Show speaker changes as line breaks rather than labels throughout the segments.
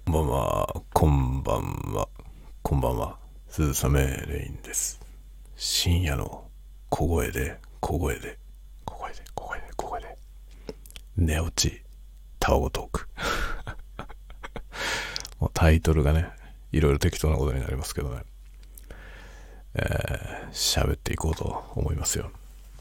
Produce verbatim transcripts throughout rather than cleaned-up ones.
こんばんは、こんばんは、こんばんは、鈴雨レインです。深夜の小声で、小声で、小声で、小声で、小声で、寝落ち、タワゴトーク。もうタイトルがね、いろいろ適当なことになりますけどね、えー、喋っていこうと思いますよ。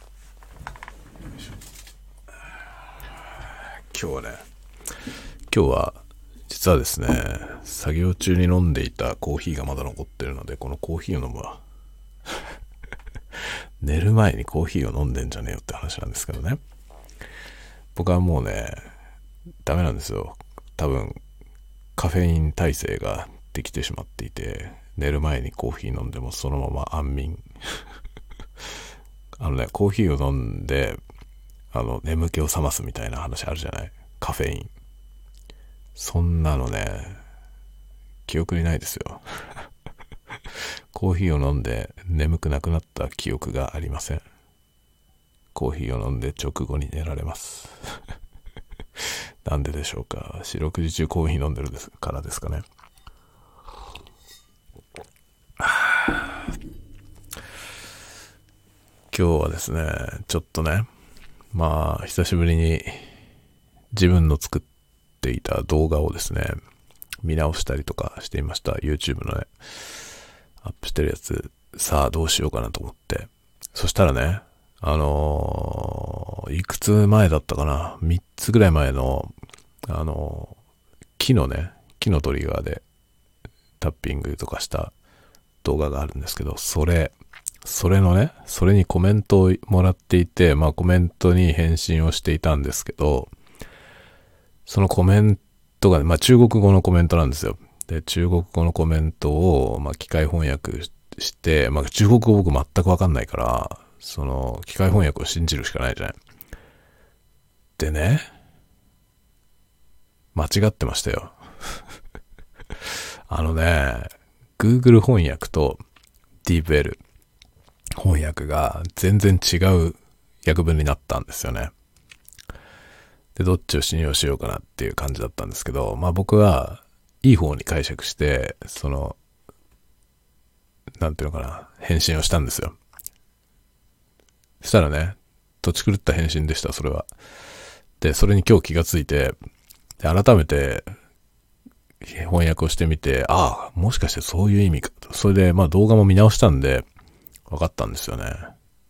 今日はね、今日は、実はですね、作業中に飲んでいたコーヒーがまだ残ってるので、このコーヒーを飲むわ。寝る前にコーヒーを飲んでんじゃねえよって話なんですけどね。僕はもうね、ダメなんですよ。多分、カフェイン耐性ができてしまっていて、寝る前にコーヒー飲んでもそのまま安眠。あのね、コーヒーを飲んで、あの、眠気を覚ますみたいな話あるじゃない？カフェイン。そんなのね、記憶にないですよ。コーヒーを飲んで眠くなくなった記憶がありません。コーヒーを飲んで直後に寝られます。なんででしょうか。四六時中コーヒー飲んでるですからですかね。今日はですね、ちょっとね、まあ久しぶりに自分の作っていた動画をですね、見直したりとかしていました。YouTube のね、アップしてるやつ、さあどうしようかなと思って。そしたらね、あのー、いくつ前だったかな、みっつぐらい前の、あのー、木のね、木のトリガーでタッピングとかした動画があるんですけど、それ、それのね、それにコメントをもらっていて、まあコメントに返信をしていたんですけど、そのコメントが、まあ中国語のコメントなんですよ。で、中国語のコメントを、まあ機械翻訳して、まあ中国語僕全くわかんないから、その機械翻訳を信じるしかないじゃない。でね、間違ってましたよ。あのね、Google 翻訳と DeepL 翻訳が全然違う訳文になったんですよね。で、どっちを信用しようかなっていう感じだったんですけど、まあ僕はいい方に解釈して、その、なんていうのかな、返信をしたんですよ。そしたらね、土地狂った返信でした、それは。で、それに今日気がついて、で改めて翻訳をしてみて、ああ、もしかしてそういう意味かと。それで、まあ動画も見直したんで、分かったんですよね。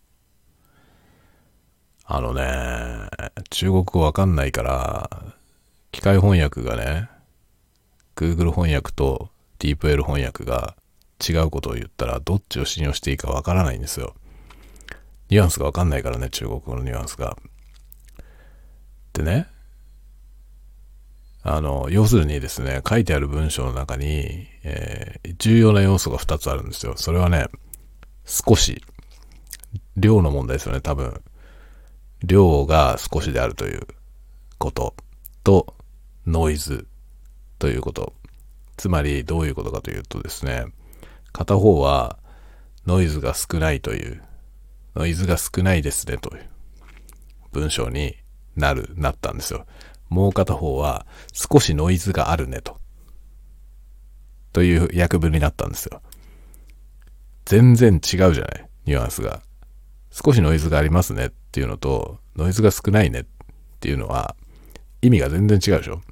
あのね、中国語わかんないから、機械翻訳がね、Google 翻訳と DeepL 翻訳が違うことを言ったら、どっちを信用していいかわからないんですよ。ニュアンスがわかんないからね、中国語のニュアンスが。でね、あの、要するにですね、書いてある文章の中に、えー、重要な要素がふたつあるんですよ。それはね、少し、量の問題ですよね、多分。量が少しであるということと、ノイズということ。つまりどういうことかというとですね、片方はノイズが少ないという、ノイズが少ないですねという文章になる、なったんですよ。もう片方は少しノイズがあるねと。という訳文になったんですよ。全然違うじゃない、ニュアンスが。少しノイズがありますねっていうのと、ノイズが少ないねっていうのは意味が全然違うでしょ。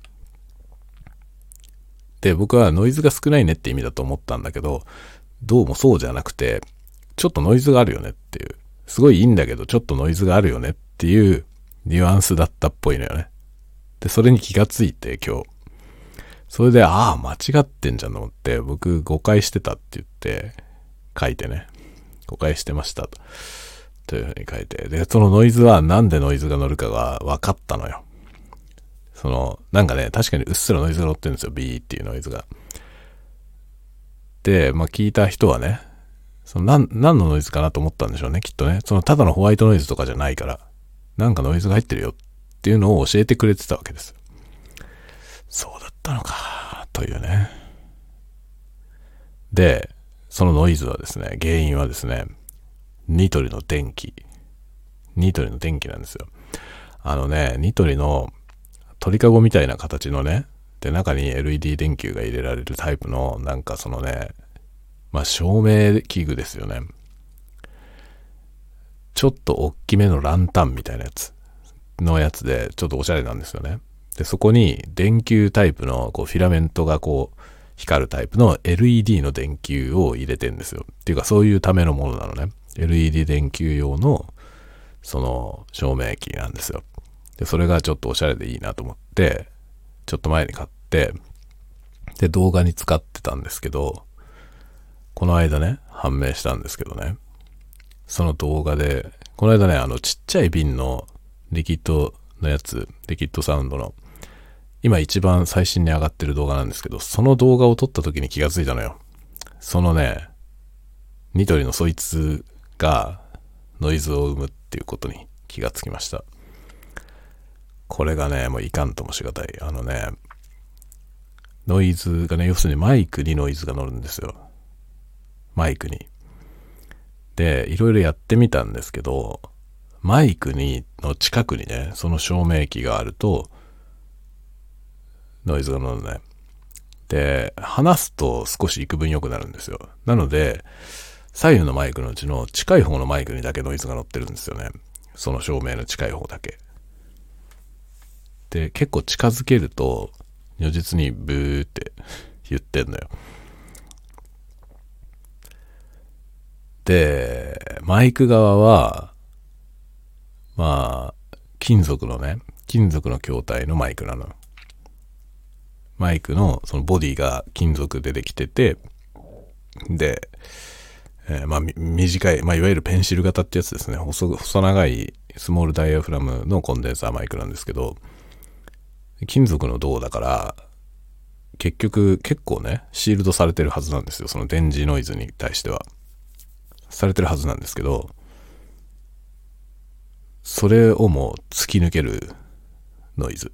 で、僕はノイズが少ないねって意味だと思ったんだけど、どうもそうじゃなくて、ちょっとノイズがあるよねっていう、すごいいいんだけど、ちょっとノイズがあるよねっていうニュアンスだったっぽいのよね。で、それに気がついて今日。それで、ああ、間違ってんじゃんと思って、僕誤解してたって言って書いてね。誤解してましたと。というふうに書いて。で、そのノイズはなんでノイズが乗るかが分かったのよ。その、なんかね、確かにうっすらノイズが乗ってるんですよ。ビーっていうノイズが。で、まあ聞いた人はね、そのなん、何のノイズかなと思ったんでしょうね、きっとね。そのただのホワイトノイズとかじゃないから、なんかノイズが入ってるよっていうのを教えてくれてたわけです。そうだったのか、というね。で、そのノイズはですね、原因はですね、ニトリの電気。ニトリの電気なんですよ。あのね、ニトリの鳥かごみたいな形のね、 で、中に エルイーディー 電球が入れられるタイプの、なんかそのね、まあ照明器具ですよね。ちょっと大きめのランタンみたいなやつのやつで、ちょっとおしゃれなんですよね。で、そこに電球タイプのこうフィラメントがこう光るタイプの エルイーディー の電球を入れてんですよ。っていうかそういうためのものなのね。エルイーディー 電球用のその照明器なんですよ。で、それがちょっとおしゃれでいいなと思って、ちょっと前に買って、で、動画に使ってたんですけど、この間ね、判明したんですけどね、その動画で、この間ね、あの、ちっちゃい瓶のリキッドのやつ、リキッドサウンドの、今一番最新に上がってる動画なんですけど、その動画を撮った時に気がついたのよ。そのね、ニトリのそいつがノイズを生むっていうことに気がつきました。これがね、もういかんともしがたい。あのね、ノイズがね、要するにマイクにノイズが乗るんですよ。マイクに。で、いろいろやってみたんですけど、マイクにの近くにね、その照明器があると、ノイズが乗るね。で、離すと少し幾分良くなるんですよ。なので、左右のマイクのうちの近い方のマイクにだけノイズが乗ってるんですよね。その照明の近い方だけ。で、結構近づけると、如実にブーって言ってんのよ。で、マイク側は、まあ、金属のね、金属の筐体のマイクなの。マイクのそのボディが金属でできてて、で、えー、まあ短い、まあいわゆるペンシル型ってやつですね。細、細長いスモールダイヤフラムのコンデンサーマイクなんですけど、金属の銅だから、結局結構ね、シールドされてるはずなんですよ。その電磁ノイズに対しては。されてるはずなんですけど、それをもう突き抜けるノイズ。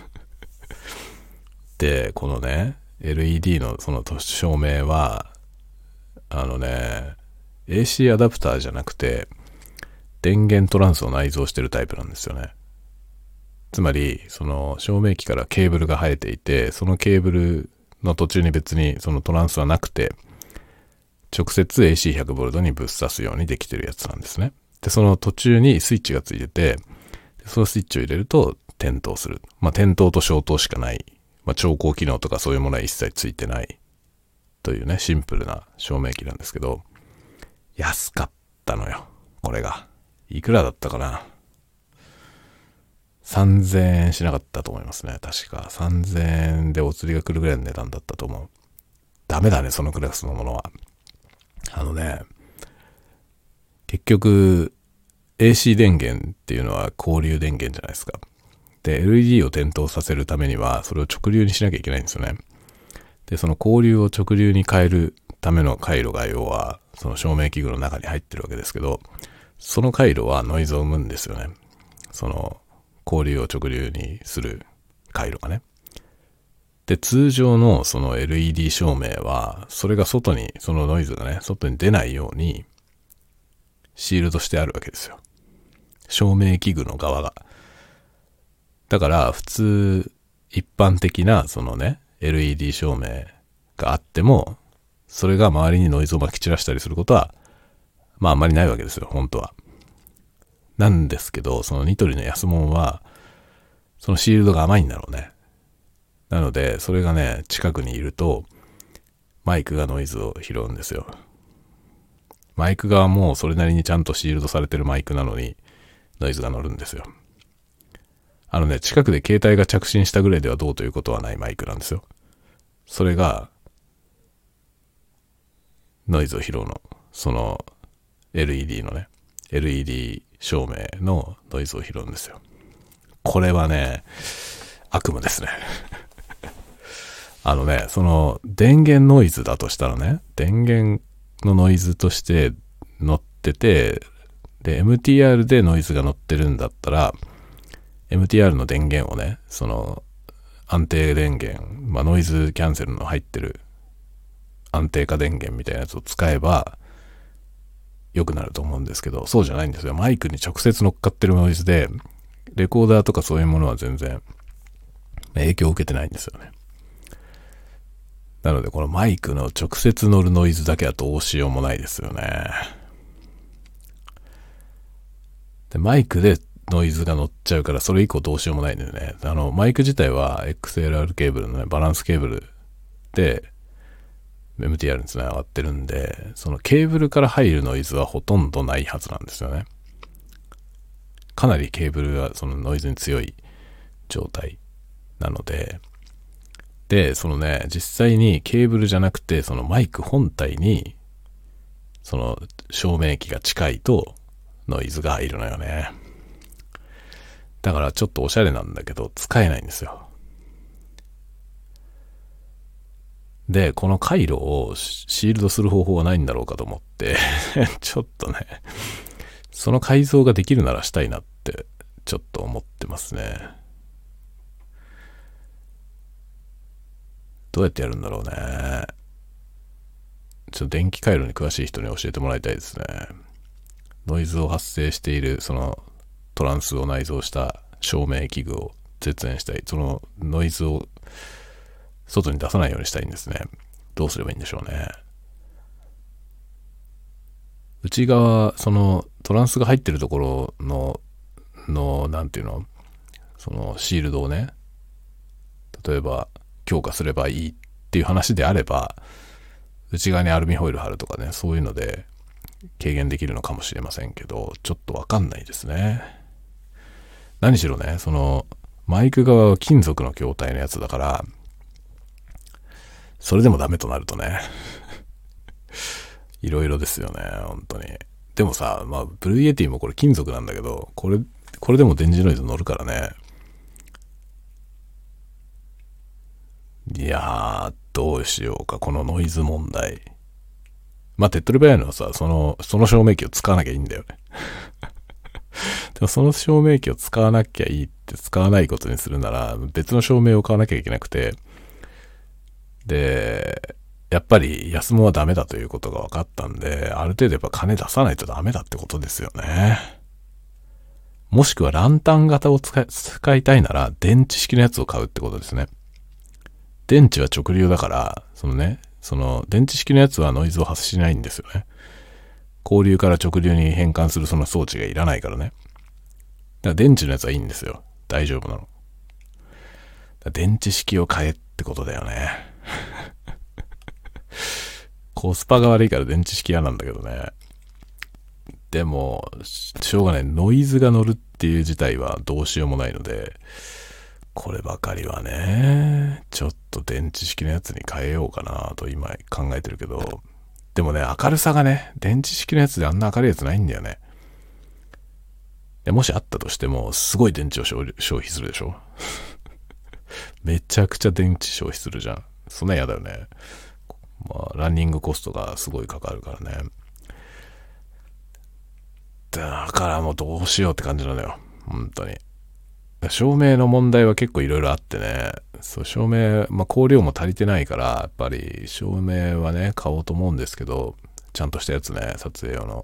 で、このね、エルイーディー のその照明は、あのね、エーシー アダプターじゃなくて、電源トランスを内蔵してるタイプなんですよね。つまり、その照明器からケーブルが生えていて、そのケーブルの途中に別にそのトランスはなくて、直接 エーシーひゃくボルト にぶっ刺すようにできてるやつなんですね。で、その途中にスイッチがついてて、そのスイッチを入れると点灯する。まあ、点灯と消灯しかない。まあ、調光機能とかそういうものは一切ついてないというね、シンプルな照明器なんですけど、安かったのよ、これが。いくらだったかな。さんぜんえんしなかったと思いますね。確か。さんぜんえんでお釣りが来るぐらいの値段だったと思う。ダメだね、そのクラスのものは。あのね、結局、エーシー 電源っていうのは交流電源じゃないですか。で、エルイーディー を点灯させるためには、それを直流にしなきゃいけないんですよね。で、その交流を直流に変えるための回路が要は、その照明器具の中に入ってるわけですけど、その回路はノイズを生むんですよね。その、交流を直流にする回路がね。で、通常のその エルイーディー 照明は、それが外に、そのノイズがね、外に出ないように、シールドしてあるわけですよ。照明器具の側が。だから、普通、一般的な、そのね、エルイーディー 照明があっても、それが周りにノイズをまき散らしたりすることは、まああんまりないわけですよ、本当は。なんですけど、そのニトリの安物は、そのシールドが甘いんだろうね。なので、それがね、近くにいると、マイクがノイズを拾うんですよ。マイク側もそれなりにちゃんとシールドされてるマイクなのに、ノイズが乗るんですよ。あのね、近くで携帯が着信したぐらいではどうということはないマイクなんですよ。それが、ノイズを拾うの。その、エルイーディー のね、エルイーディー 照明のノイズを拾うんですよ。これはね、悪夢ですね。あのね、その、電源ノイズだとしたらね、電源のノイズとして乗ってて、で、エムティーアール でノイズが乗ってるんだったら、エムティーアール の電源をね、その、安定電源、まあ、ノイズキャンセルの入ってる安定化電源みたいなやつを使えば良くなると思うんですけど、そうじゃないんですよ。マイクに直接乗っかってるノイズで、レコーダーとかそういうものは全然影響を受けてないんですよね。 なのでこのマイクの直接乗るノイズだけはどうしようもないですよね。で、マイクでノイズが乗っちゃうからそれ以降どうしようもないんだよね。あの、マイク自体は エックスエルアール ケーブルのね、バランスケーブルで エムティーアール につながってるんで、そのケーブルから入るノイズはほとんどないはずなんですよね。かなりケーブルがそのノイズに強い状態なので、で、そのね、実際にケーブルじゃなくて、そのマイク本体に、その照明器が近いとノイズが入るのよね。だからちょっとおしゃれなんだけど、使えないんですよ。で、この回路をシールドする方法はないんだろうかと思って、ちょっとね、その改造ができるならしたいなって、ちょっと思ってますね。どうやってやるんだろうね。ちょっと電気回路に詳しい人に教えてもらいたいですね。ノイズを発生しているそのトランスを内蔵した照明器具を絶縁したい。そのノイズを外に出さないようにしたいんですね。どうすればいいんでしょうね。内側、そのトランスが入ってるところの、の、なんていうの、そのシールドをね、例えば強化すればいいっていう話であれば、内側にアルミホイル貼るとかね、そういうので軽減できるのかもしれませんけど、ちょっとわかんないですね。何しろね、そのマイク側は金属の筐体のやつだから、それでもダメとなるとね、いろいろですよね、本当に。でもさ、まあブルーイエティもこれ金属なんだけど、これこれでも電磁ノイズ乗るからね。いやー、どうしようか、このノイズ問題。まあ、手っ取り早いのはさ、その、その照明器を使わなきゃいいんだよね。でもその照明器を使わなきゃいいって使わないことにするなら、別の照明を買わなきゃいけなくて、で、やっぱり安物はダメだということが分かったんで、ある程度やっぱ金出さないとダメだってことですよね。もしくはランタン型を使い、使いたいなら、電池式のやつを買うってことですね。電池は直流だから、そのね、その電池式のやつはノイズを発しないんですよね。交流から直流に変換するその装置がいらないからね。だから電池のやつはいいんですよ。大丈夫なの。だから電池式を買えってことだよね。コスパが悪いから電池式嫌なんだけどね。でも、しょうがない。ノイズが乗るっていう事態はどうしようもないので、こればかりはね、ちょっと電池式のやつに変えようかなと今考えてるけど、でもね、明るさがね、電池式のやつであんな明るいやつないんだよね。でもしあったとしても、すごい電池を消費するでしょ。めちゃくちゃ電池消費するじゃん。そんな嫌だよね。まあ、ランニングコストがすごいかかるからね。だからもうどうしようって感じなのよ。本当に。照明の問題は結構いろいろあってね、そう、照明、まあ光量も足りてないから、やっぱり照明はね、買おうと思うんですけど、ちゃんとしたやつね、撮影用の。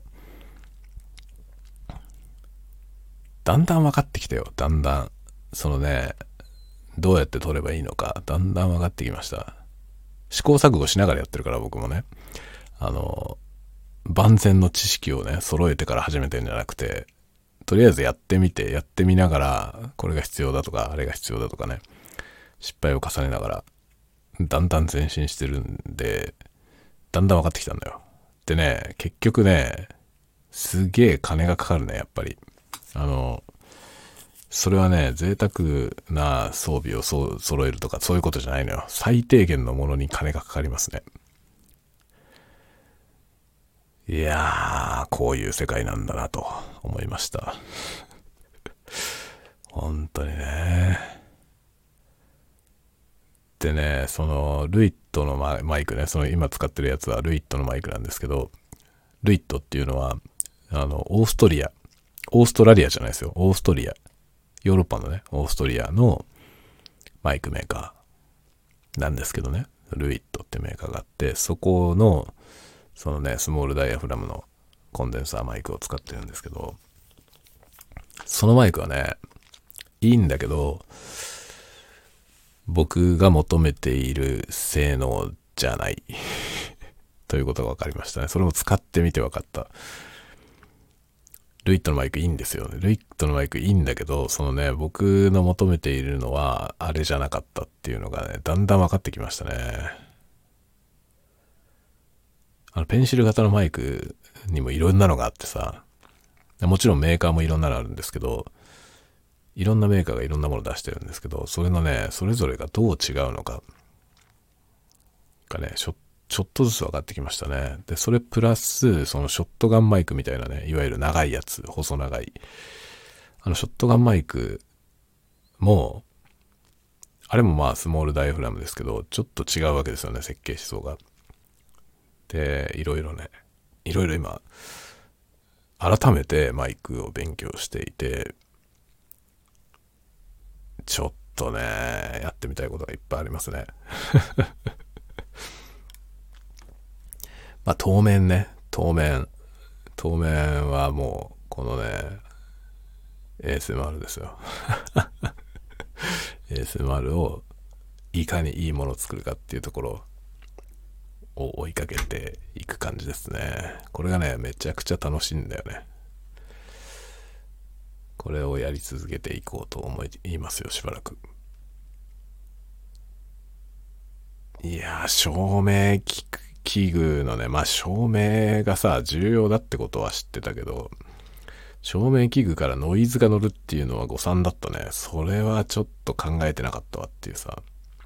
だんだん分かってきたよ、だんだん。そのね、どうやって撮ればいいのか、だんだん分かってきました。試行錯誤しながらやってるから僕もね、あの、万全の知識をね、揃えてから始めてるんじゃなくて、とりあえずやってみて、やってみながら、これが必要だとか、あれが必要だとかね、失敗を重ねながら、だんだん前進してるんで、だんだん分かってきたんだよ。でね、結局ね、すげえ金がかかるね、やっぱり。あの、それはね、贅沢な装備をそ揃えるとか、そういうことじゃないのよ。最低限のものに金がかかりますね。いやー、こういう世界なんだなと思いました。本当にね。でね、そのルイットのマイクね、その今使ってるやつはルイットのマイクなんですけど、ルイットっていうのは、あの、オーストリア、オーストラリアじゃないですよ、オーストリア、ヨーロッパのね、オーストリアのマイクメーカーなんですけどね、ルイットってメーカーがあって、そこの、そのね、スモールダイヤフラムのコンデンサーマイクを使ってるんですけど、そのマイクはね、いいんだけど、僕が求めている性能じゃないということが分かりましたね。それも使ってみて分かった。ルイットのマイクいいんですよね。ルイットのマイクいいんだけど、そのね、僕の求めているのはあれじゃなかったっていうのがね、だんだん分かってきましたね。あのペンシル型のマイクにもいろんなのがあってさ、もちろんメーカーもいろんなのあるんですけど、いろんなメーカーがいろんなもの出してるんですけど、それのね、それぞれがどう違うのかがね、ちょちょっとずつ分かってきましたね。で、それプラス、そのショットガンマイクみたいなね、いわゆる長いやつ、細長い。あのショットガンマイクも、あれもまあスモールダイヤフラムですけど、ちょっと違うわけですよね、設計思想が。で、いろいろね、いろいろ今、改めてマイクを勉強していて、ちょっとね、やってみたいことがいっぱいありますね。まあ当面ね、当面、当面はもう、このね、エーエスエムアール ですよ。エーエスエムアール をいかにいいものを作るかっていうところを追いかけていく感じですね。これがね、めちゃくちゃ楽しいんだよね。これをやり続けていこうと思いますよ、しばらく。いやー、照明器具のね、まあ照明がさ、重要だってことは知ってたけど、照明器具からノイズが乗るっていうのは誤算だったね。それはちょっと考えてなかったわっていうさ。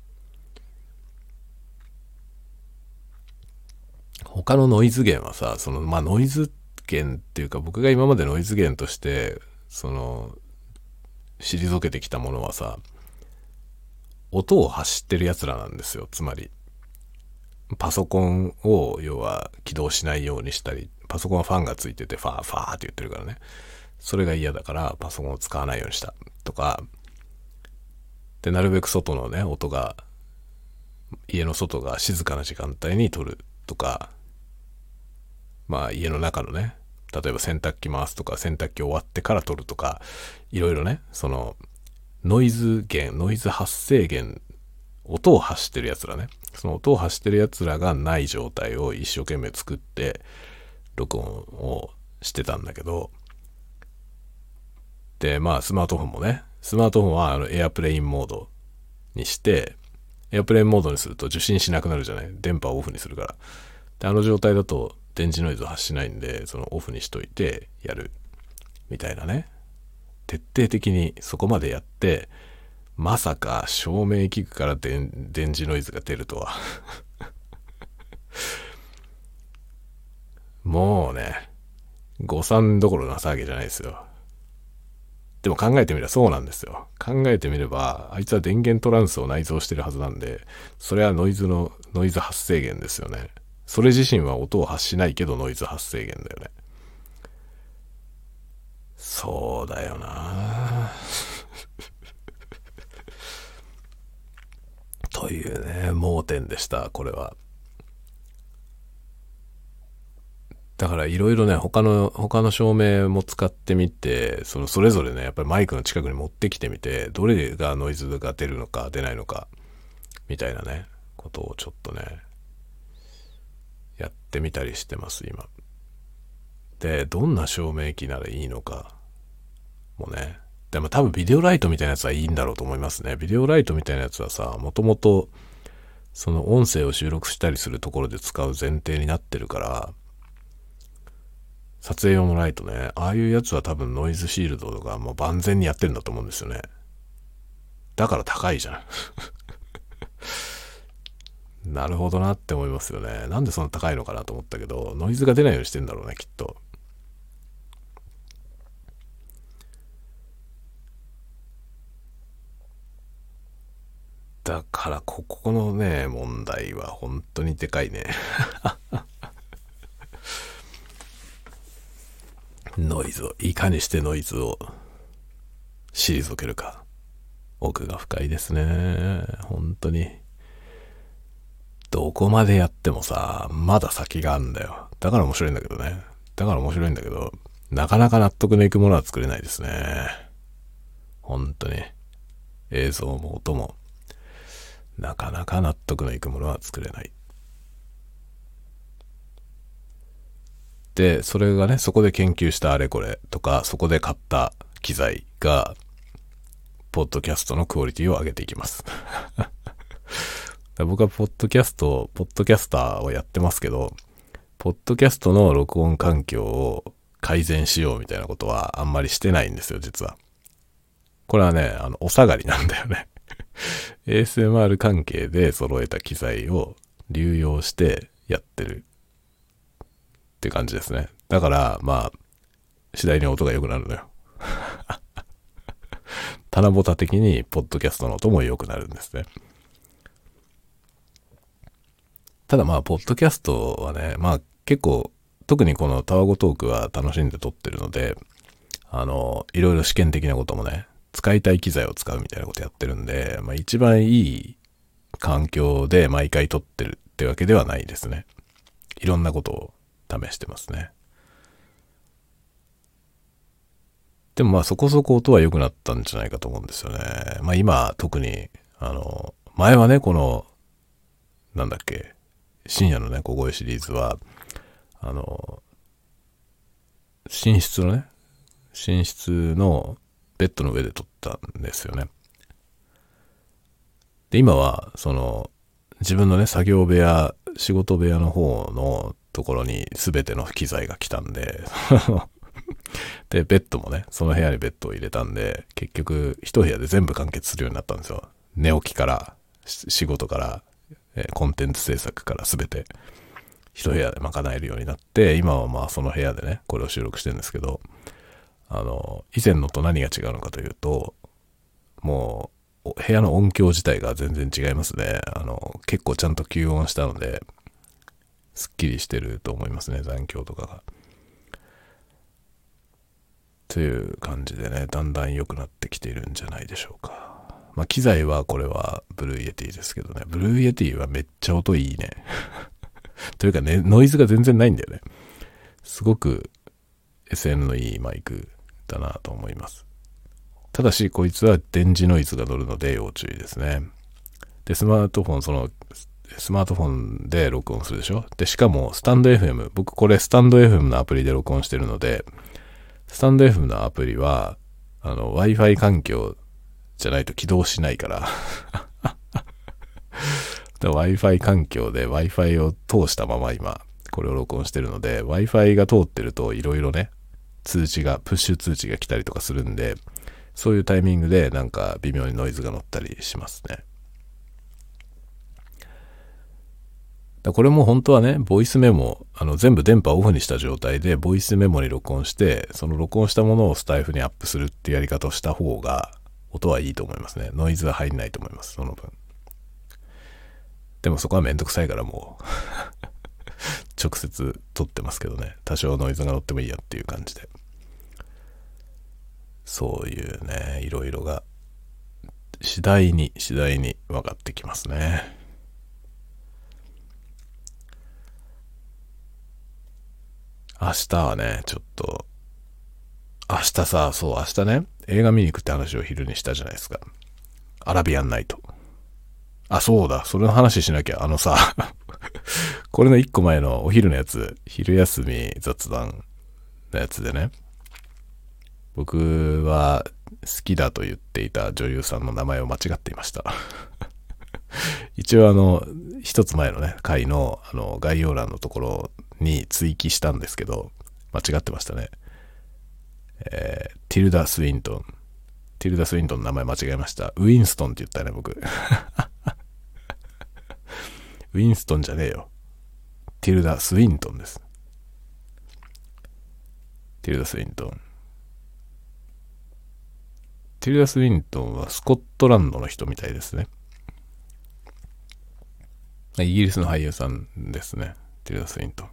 他のノイズ源はさ、その、まあノイズ源っていうか、僕が今までノイズ源として、その、退けてきたものはさ、音を発してる奴らなんですよ。つまり、パソコンを要は起動しないようにしたり、パソコンはファンがついててファーファーって言ってるからね。それが嫌だからパソコンを使わないようにしたとか、で、なるべく外のね、音が、家の外が静かな時間帯に撮るとか、まあ家の中のね、例えば洗濯機回すとか、洗濯機終わってから撮るとか、いろいろね、その、ノイズ源、ノイズ発生源、音を発してる奴らね。その音を発してる奴らがない状態を一生懸命作って、録音をしてたんだけど、で、まあスマートフォンもね、スマートフォンはあのエアプレインモードにして、エアプレインモードにすると受信しなくなるじゃない。電波をオフにするから。で、あの状態だと電磁ノイズを発しないんで、そのオフにしといてやる。みたいなね。徹底的にそこまでやって、まさか照明器具から電磁ノイズが出るとは。もうね、誤算どころな騒ぎじゃないですよ。でも考えてみればそうなんですよ。考えてみれば、あいつは電源トランスを内蔵してるはずなんで、それはノイズの、ノイズ発生源ですよね。それ自身は音を発しないけどノイズ発生源だよね。そうだよなというね、盲点でした、これは。だからいろいろね、他の、他の照明も使ってみて、そのそれぞれね、やっぱりマイクの近くに持ってきてみて、どれがノイズが出るのか出ないのか、みたいなね、ことをちょっとね、やってみたりしてます、今。で、どんな照明器ならいいのか、もね。でも多分ビデオライトみたいなやつはいいんだろうと思いますね。ビデオライトみたいなやつはさ、もともと、その音声を収録したりするところで使う前提になってるから、撮影用のライトね、ああいうやつは多分ノイズシールドとかもう万全にやってるんだと思うんですよね。だから高いじゃん。なるほどなって思いますよね。なんでそんな高いのかなと思ったけど、ノイズが出ないようにしてんだろうね、きっと。だからここのね、問題は本当にでかいね。ノイズを、いかにしてノイズを退けるか。奥が深いですね。本当に。どこまでやってもさ、まだ先があるんだよ。だから面白いんだけどね。だから面白いんだけど、なかなか納得のいくものは作れないですね。本当に。映像も音も、なかなか納得のいくものは作れない。 で、それがね、そこで研究したあれこれとか、そこで買った機材が、ポッドキャストのクオリティを上げていきます。僕はポッドキャスト、ポッドキャスターをやってますけど、ポッドキャストの録音環境を改善しようみたいなことはあんまりしてないんですよ、実は。これはね、あの、お下がりなんだよね。エーエスエムアール 関係で揃えた機材を流用してやってるって感じですね。だから、まあ、次第に音が良くなるのよ。棚ぼた的にポッドキャストの音も良くなるんですね。ただまあ、ポッドキャストはね、まあ結構、特にこのタワゴトークは楽しんで撮ってるので、あの、いろいろ試験的なこともね、使いたい機材を使うみたいなことやってるんで、まあ一番いい環境で毎回撮ってるってわけではないですね。いろんなことを試してますね。でもまあそこそこ音は良くなったんじゃないかと思うんですよね。まあ今特に、あの、前はね、この、なんだっけ、深夜のね、小声シリーズは、あの、寝室のね、寝室のベッドの上で撮ったんですよね。で、今は、その、自分のね、作業部屋、仕事部屋の方のところに全ての機材が来たんで、で、ベッドもね、その部屋にベッドを入れたんで、結局、一部屋で全部完結するようになったんですよ。寝起きから、仕事から、えー、コンテンツ制作から全て、一部屋で賄えるようになって、今はまあその部屋でね、これを収録してるんですけど、あの、以前のと何が違うのかというと、もう、部屋の音響自体が全然違いますね。あの、結構ちゃんと吸音したので、すっきりしてると思いますね、残響とかが。という感じでね、だんだん良くなってきているんじゃないでしょうか。まあ、機材はこれはブルーイエティですけどね、ブルーイエティはめっちゃ音いいね。というかね、ノイズが全然ないんだよね。すごく エスエヌ のいいマイクだなと思います。ただし、こいつは電磁ノイズが乗るので要注意ですね。で、スマートフォン、その、スマートフォンで録音するでしょ。で、しかも、スタンド エフエム、僕これスタンド エフエム のアプリで録音してるので、スタンド エフエム のアプリは、あの、Wi-Fi 環境じゃないと起動しないから、Wi-Fi 環境で Wi-Fi を通したまま今、これを録音してるので、Wi-Fi が通ってるといろいろね、通知が、プッシュ通知が来たりとかするんで、そういうタイミングでなんか微妙にノイズが乗ったりしますね。だこれも本当はね、ボイスメモ、あの全部電波オフにした状態でボイスメモに録音して、その録音したものをスタイフにアップするっていうやり方をした方が、音はいいと思いますね。ノイズは入んないと思います、その分。でもそこはめんどくさいからもう、直接撮ってますけどね。多少ノイズが乗ってもいいやっていう感じで。そういうね、いろいろが、次第に、次第に分かってきますね。明日はね、ちょっと、明日さ、そう、明日ね、映画見に行くって話を昼にしたじゃないですか。アラビアンナイト。あ、そうだ、それの話しなきゃ。あのさ、これの一個前のお昼のやつ、昼休み雑談のやつでね、僕は好きだと言っていた女優さんの名前を間違っていました。一応あの、一つ前のね、回のあの概要欄のところに追記したんですけど、間違ってましたね。えー、ティルダ・スウィントン。ティルダ・スウィントンの名前間違えました。ウィンストンって言ったね、僕。ウィンストンじゃねえよ。ティルダ・スウィントンです。ティルダ・スウィントン。ティルダ・スウィントンはスコットランドの人みたいですね。イギリスの俳優さんですね。ティルダ・スウィントン。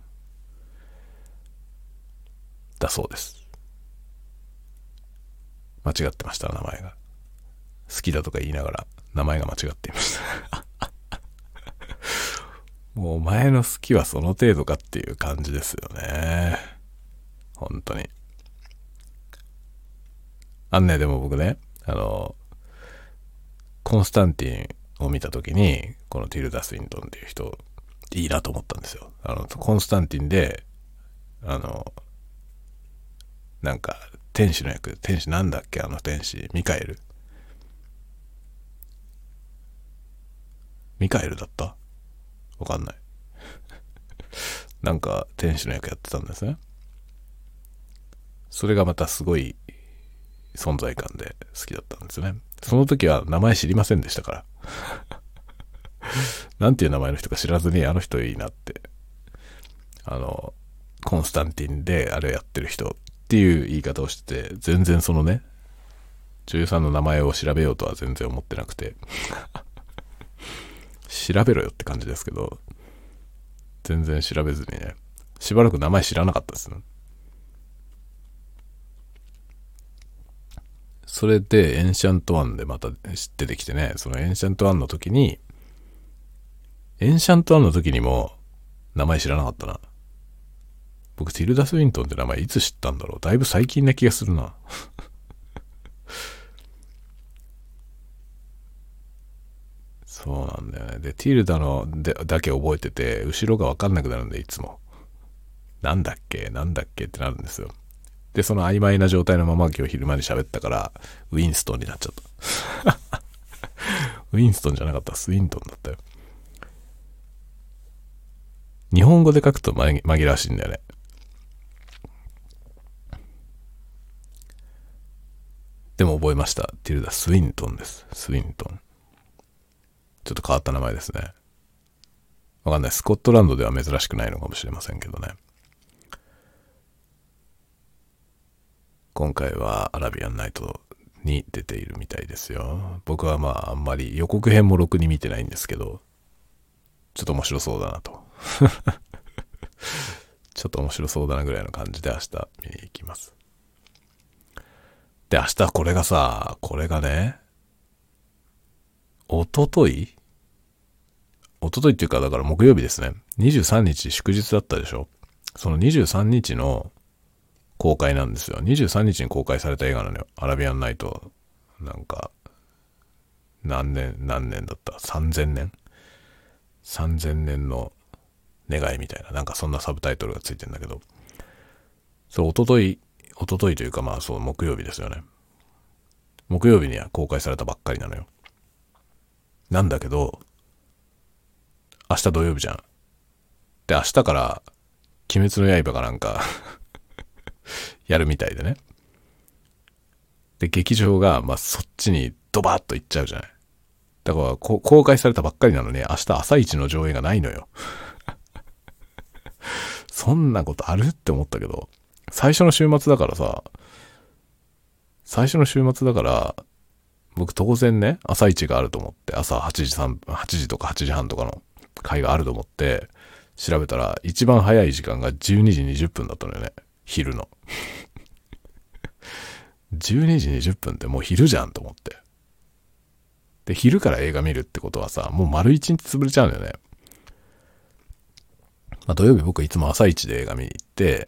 だそうです。間違ってました、名前が。好きだとか言いながら、名前が間違っていました。もうお前の好きはその程度かっていう感じですよね。本当に。あんね、でも僕ね、あの、コンスタンティンを見たときに、このティルダ・スウィントンっていう人、いいなと思ったんですよ。あの、コンスタンティンで、 あの、なんか、天使の役、天使なんだっけあの天使、ミカエルミカエルだったわかんない。なんか、天使の役やってたんですね。それがまたすごい存在感で好きだったんですよね。その時は名前知りませんでしたから。なんていう名前の人か知らずに、あの人いいなって。あの、コンスタンティンであれやってる人っていう言い方をしてて、全然そのね、女優さんの名前を調べようとは全然思ってなくて。調べろよって感じですけど、全然調べずにね、しばらく名前知らなかったですね。それでエンシャントワンでまた出てきてね、そのエンシャントワンの時に、エンシャントワンの時にも名前知らなかったな。僕ティルダ・スウィントンって名前いつ知ったんだろう。だいぶ最近な気がするな。そうなんだよね。で、ティルダのでだけ覚えてて、後ろがわかんなくなるんで、いつも。なんだっけなんだっけってなるんですよ。で、その曖昧な状態のまま今日昼間に喋ったから、ウィンストンになっちゃった。ウィンストンじゃなかった、スウィントンだったよ。日本語で書くと紛らわしいんだよね。でも覚えました。ティルダ・スウィントンです。スウィントン。ちょっと変わった名前ですね。わかんない。スコットランドでは珍しくないのかもしれませんけどね。今回はアラビアンナイトに出ているみたいですよ。僕はまああんまり予告編もろくに見てないんですけど、ちょっと面白そうだなと。ちょっと面白そうだなぐらいの感じで明日見に行きます。で、明日これがさ、これがね、おとといおとといっていうか、だから木曜日ですね。にじゅうさんにち祝日だったでしょ。そのにじゅうさんにちの公開なんですよ。にじゅうさんにちに公開された映画なのよ。アラビアンナイト。なんか、何年、何年だった ?さんぜんねん ?さんぜん 年の願いみたいな。なんかそんなサブタイトルがついてんだけど。そう、おととい、おとといというかまあそう、木曜日ですよね。木曜日には公開されたばっかりなのよ。なんだけど、明日土曜日じゃん。で、明日から、鬼滅の刃がなんかやるみたいでね。で、劇場が、まあ、そっちにドバーッと行っちゃうじゃない。だからこ、公開されたばっかりなのに、明日朝一の上映がないのよ。そんなことあるって思ったけど、最初の週末だからさ、最初の週末だから、僕当然ね、朝一があると思って、朝はちじさん、はちじとかはちじはんとかの回があると思って、調べたら、一番早い時間がじゅうにじにじゅっぷんだったのよね。昼の。じゅうにじにじゅっぷんってもう昼じゃんと思って。で、昼から映画見るってことはさ、もう丸一日潰れちゃうんだよね。まあ土曜日僕いつも朝一で映画見に行って、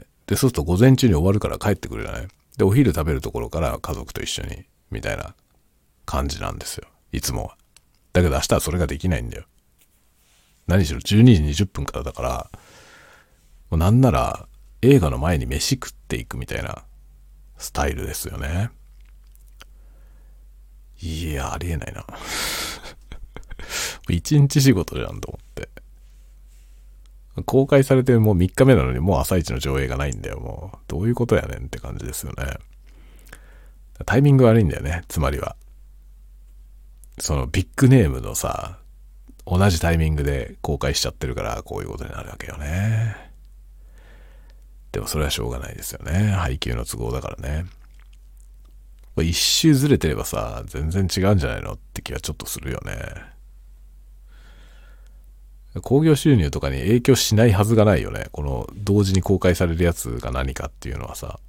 で、そうすると午前中に終わるから帰ってくるじゃない。で、お昼食べるところから家族と一緒に、みたいな感じなんですよ。いつもは。だけど明日はそれができないんだよ。何しろじゅうにじにじゅっぷんからだから、もうなんなら映画の前に飯食っていくみたいなスタイルですよね。いや、ありえないな。一日仕事じゃんと思って。公開されてもうみっかめなのにもう朝一の上映がないんだよ。もうどういうことやねんって感じですよね。タイミング悪いんだよね。つまりは。そのビッグネームのさ、同じタイミングで公開しちゃってるからこういうことになるわけよね。でもそれはしょうがないですよね。配給の都合だからね。一周ずれてればさ、全然違うんじゃないのって気はちょっとするよね。興行収入とかに影響しないはずがないよね。この同時に公開されるやつが何かっていうのはさ。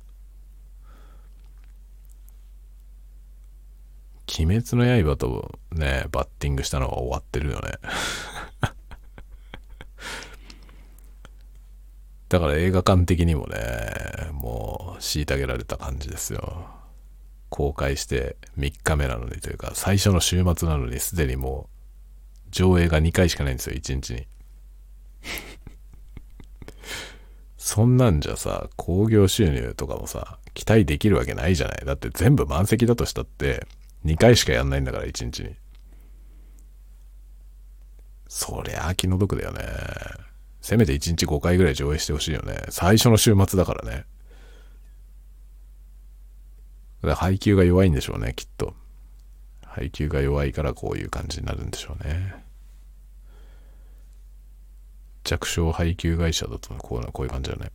鬼滅の刃とね、バッティングしたのは終わってるよね。だから映画館的にもね、もう虐げられた感じですよ。公開してみっかめなのにというか、最初の週末なのにすでにもう上映がにかいしかないんですよ、いちにちに。 そんなんじゃさ、興行収入とかもさ、期待できるわけないじゃない。だって全部満席だとしたって、にかいしかやんないんだから、いちにちに。そりゃあ気の毒だよね。せめていちにちごかいぐらい上映してほしいよね。最初の週末だからね。だから配給が弱いんでしょうね、きっと。配給が弱いからこういう感じになるんでしょうね。弱小配給会社だとこうな、こういう感じだね。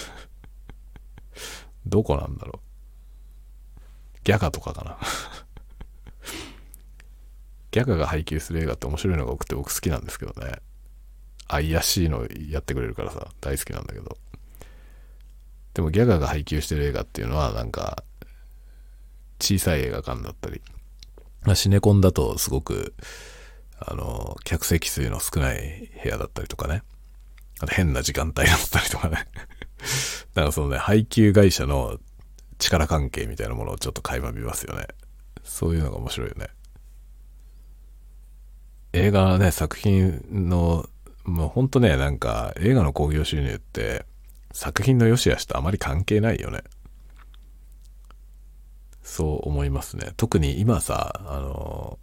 どこなんだろう。ギャガとかかな。ギャガが配給する映画って面白いのが多くて僕好きなんですけどね。愛らしいのやってくれるからさ、大好きなんだけど。でもギャガが配給してる映画っていうのはなんか小さい映画館だったり、シネコンだとすごくあの客席数の少ない部屋だったりとかね、あと変な時間帯だったりとかね。だからそのね、配給会社の力関係みたいなものをちょっと垣間見ますよね。そういうのが面白いよね。映画ね、作品のもうほんとね、なんか映画の興行収入って作品の良し悪しとあまり関係ないよね。そう思いますね。特に今さ、あの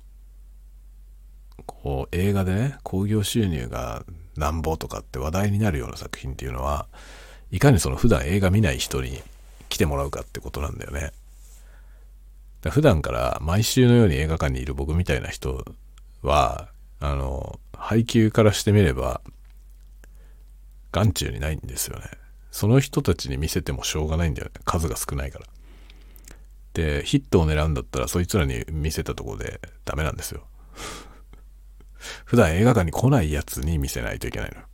こう映画でね、興行収入がなんぼとかって話題になるような作品っていうのは、いかにその普段映画見ない人に来てもらうかってことなんだよね。だ普段から毎週のように映画館にいる僕みたいな人は、あの配給からしてみれば眼中にないんですよね。その人たちに見せてもしょうがないんだよね。数が少ないから。で、ヒットを狙うんだったらそいつらに見せたところでダメなんですよ。普段映画館に来ないやつに見せないといけないの。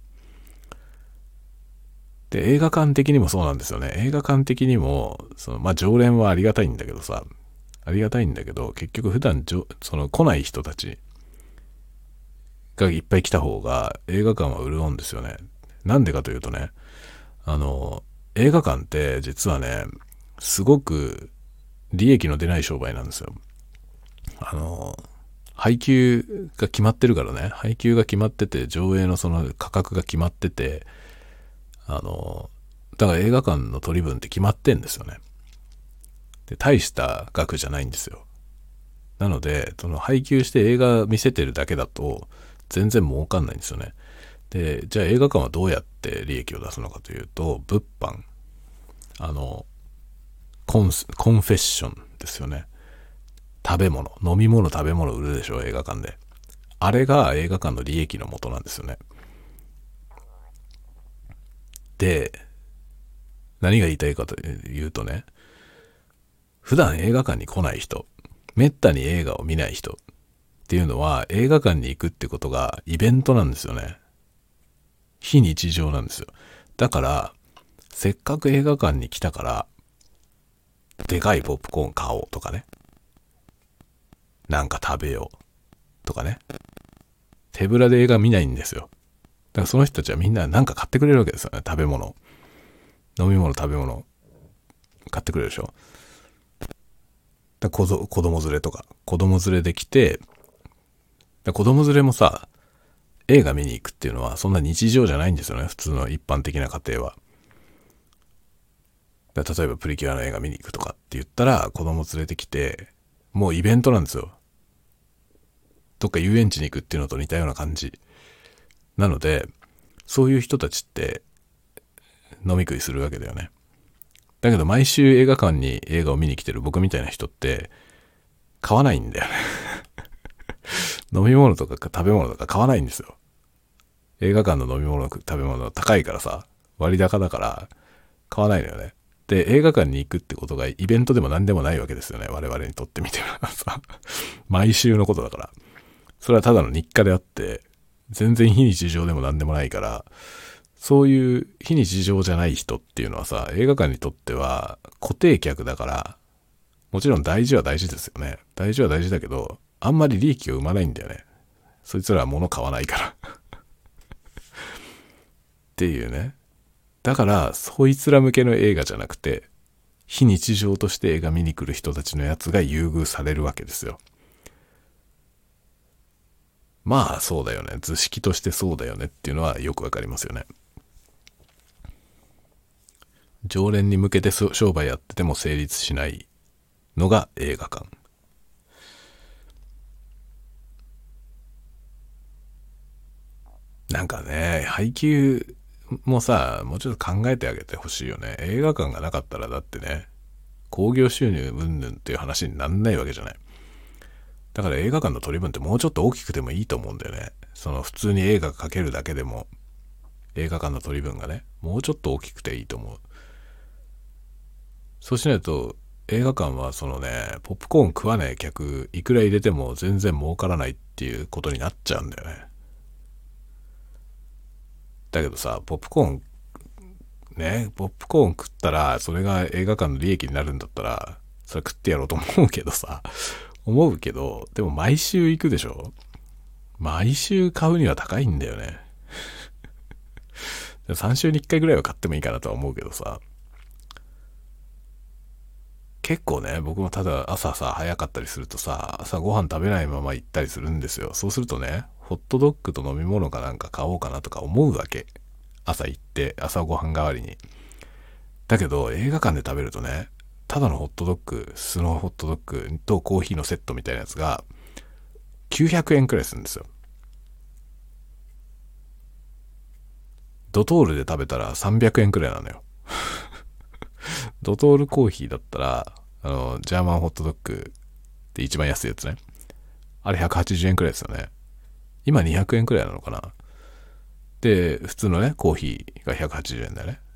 で、映画館的にもそうなんですよね。映画館的にも、その、まあ、常連はありがたいんだけどさ、ありがたいんだけど、結局普段じょ、その来ない人たちがいっぱい来た方が映画館は潤うんですよね。なんでかというとね、あの、映画館って実はね、すごく利益の出ない商売なんですよ。あの、配給が決まってるからね、配給が決まってて、上映のその価格が決まってて、あの、だから映画館の取り分って決まってんですよね。で、大した額じゃないんですよ。なので、その配給して映画見せてるだけだと、全然儲かんないんですよね。で、じゃあ映画館はどうやって利益を出すのかというと、物販、あの、コンス、コンフェッションですよね。食べ物、飲み物、食べ物売るでしょ、映画館で。あれが映画館の利益の元なんですよね。で、何が言いたいかというとね、普段映画館に来ない人、めったに映画を見ない人っていうのは映画館に行くってことがイベントなんですよね。非日常なんですよ。だから、せっかく映画館に来たから、でかいポップコーン買おうとかね。なんか食べようとかね。手ぶらで映画見ないんですよ。だからその人たちはみんななんか買ってくれるわけですよね。食べ物。飲み物、食べ物。買ってくれるでしょ。だ子ど子供連れとか。子供連れで来て、だ子供連れもさ、映画見に行くっていうのはそんな日常じゃないんですよね。普通の一般的な家庭は。だ例えばプリキュアの映画見に行くとかって言ったら子供連れてきて、もうイベントなんですよ。どっか遊園地に行くっていうのと似たような感じ。なので、そういう人たちって飲み食いするわけだよね。だけど毎週映画館に映画を見に来てる僕みたいな人って買わないんだよね。飲み物とか食べ物とか買わないんですよ。映画館の飲み物、食べ物高いからさ、割高だから買わないのよね。で、映画館に行くってことがイベントでも何でもないわけですよね。我々にとってみてはさ。毎週のことだから。それはただの日課であって、全然非日常でも何でもないから、そういう非日常じゃない人っていうのはさ、映画館にとっては固定客だから、もちろん大事は大事ですよね。大事は大事だけど、あんまり利益を生まないんだよね。そいつらは物買わないから。っていうね。だから、そいつら向けの映画じゃなくて、非日常として映画見に来る人たちのやつが優遇されるわけですよ。まあ、そうだよね。図式としてそうだよねっていうのはよくわかりますよね。 常連に向けて商売やってても成立しないのが映画館。なんかね、配給もさ、もうちょっと考えてあげてほしいよね。映画館がなかったらだってね、興行収入云々っていう話になんないわけじゃない。だから映画館の取り分ってもうちょっと大きくてもいいと思うんだよね。その普通に映画かけるだけでも、映画館の取り分がね、もうちょっと大きくていいと思う。そうしないと、映画館はそのね、ポップコーン食わない客、いくら入れても全然儲からないっていうことになっちゃうんだよね。だけどさ、ポップコーン、ね、ポップコーン食ったら、それが映画館の利益になるんだったら、それ食ってやろうと思うけどさ、思うけど、でも毎週行くでしょ？毎週買うには高いんだよね。さん週にいっかいぐらいは買ってもいいかなとは思うけどさ、結構ね、僕もただ朝さ、早かったりするとさ、朝ご飯食べないまま行ったりするんですよ。そうするとね、ホットドッグと飲み物かなんか買おうかなとか思うわけ。朝行って、朝ご飯代わりに。だけど、映画館で食べるとね、ただのホットドッグ、スノーホットドッグとコーヒーのセットみたいなやつが、きゅうひゃくえんくらいするんですよ。ドトールで食べたらさんびゃくえんくらいなのよ。ドトールコーヒーだったら、あの、ジャーマンホットドッグって一番安いやつね。あれひゃくはちじゅうえんくらいですよね。今にひゃくえんくらいなのかな。で、普通のね、コーヒーがひゃくはちじゅうえんだよね。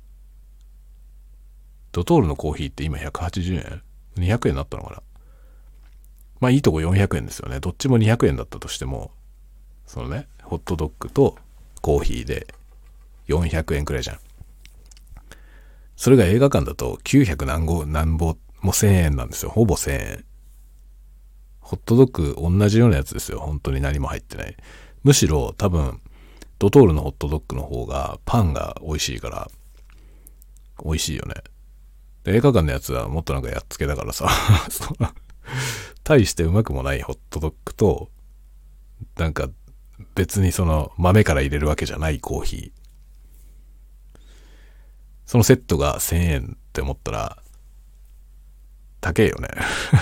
ドトールのコーヒーって今ひゃくはちじゅうえん ?にひゃく 円になったのかな。まあいいとこよんひゃくえんですよね。どっちもにひゃくえんだったとしても、そのね、ホットドッグとコーヒーでよんひゃくえんくえんくらいじゃん。それが映画館だときゅうひゃく何ぼ、何ぼもせんえんなんですよ。ほぼせんえん。ホットドッグ同じようなやつですよ。本当に何も入ってない。むしろ多分、ドトールのホットドッグの方がパンが美味しいから、美味しいよね。で映画館のやつはもっとなんかやっつけだからさ、大してうまくもないホットドッグと、なんか別にその豆から入れるわけじゃないコーヒー。そのセットがせんえんって思ったら、高えよね。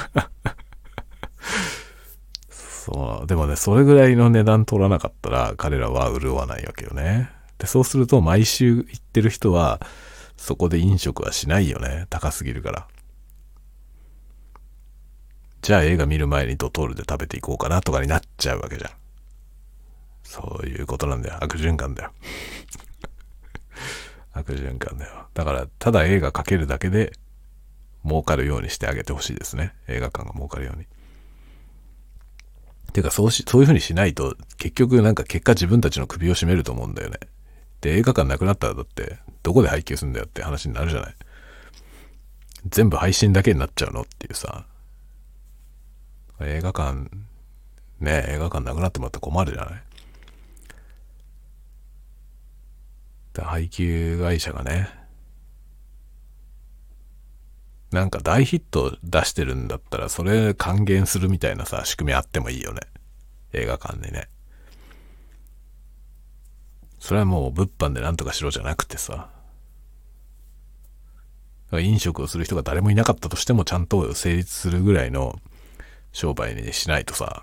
そう。でもね、それぐらいの値段取らなかったら彼らは潤わないわけよね。で、そうすると毎週行ってる人は、そこで飲食はしないよね。高すぎるから。じゃあ映画見る前にドトールで食べていこうかなとかになっちゃうわけじゃん。そういうことなんだよ。悪循環だよ。悪循環だよ。だから、ただ映画かけるだけで儲かるようにしてあげてほしいですね。映画館が儲かるように。てか、そうし、そういう風にしないと、結局なんか結果自分たちの首を絞めると思うんだよね。で、映画館なくなったらだって、どこで配給するんだよって話になるじゃない。全部配信だけになっちゃうのっていうさ。映画館、ねえ、映画館なくなってもらったら困るじゃない。配給会社がね、なんか大ヒット出してるんだったらそれ還元するみたいなさ仕組みあってもいいよね。映画館にね。それはもう物販でなんとかしろじゃなくてさ、飲食をする人が誰もいなかったとしてもちゃんと成立するぐらいの商売にしないとさ、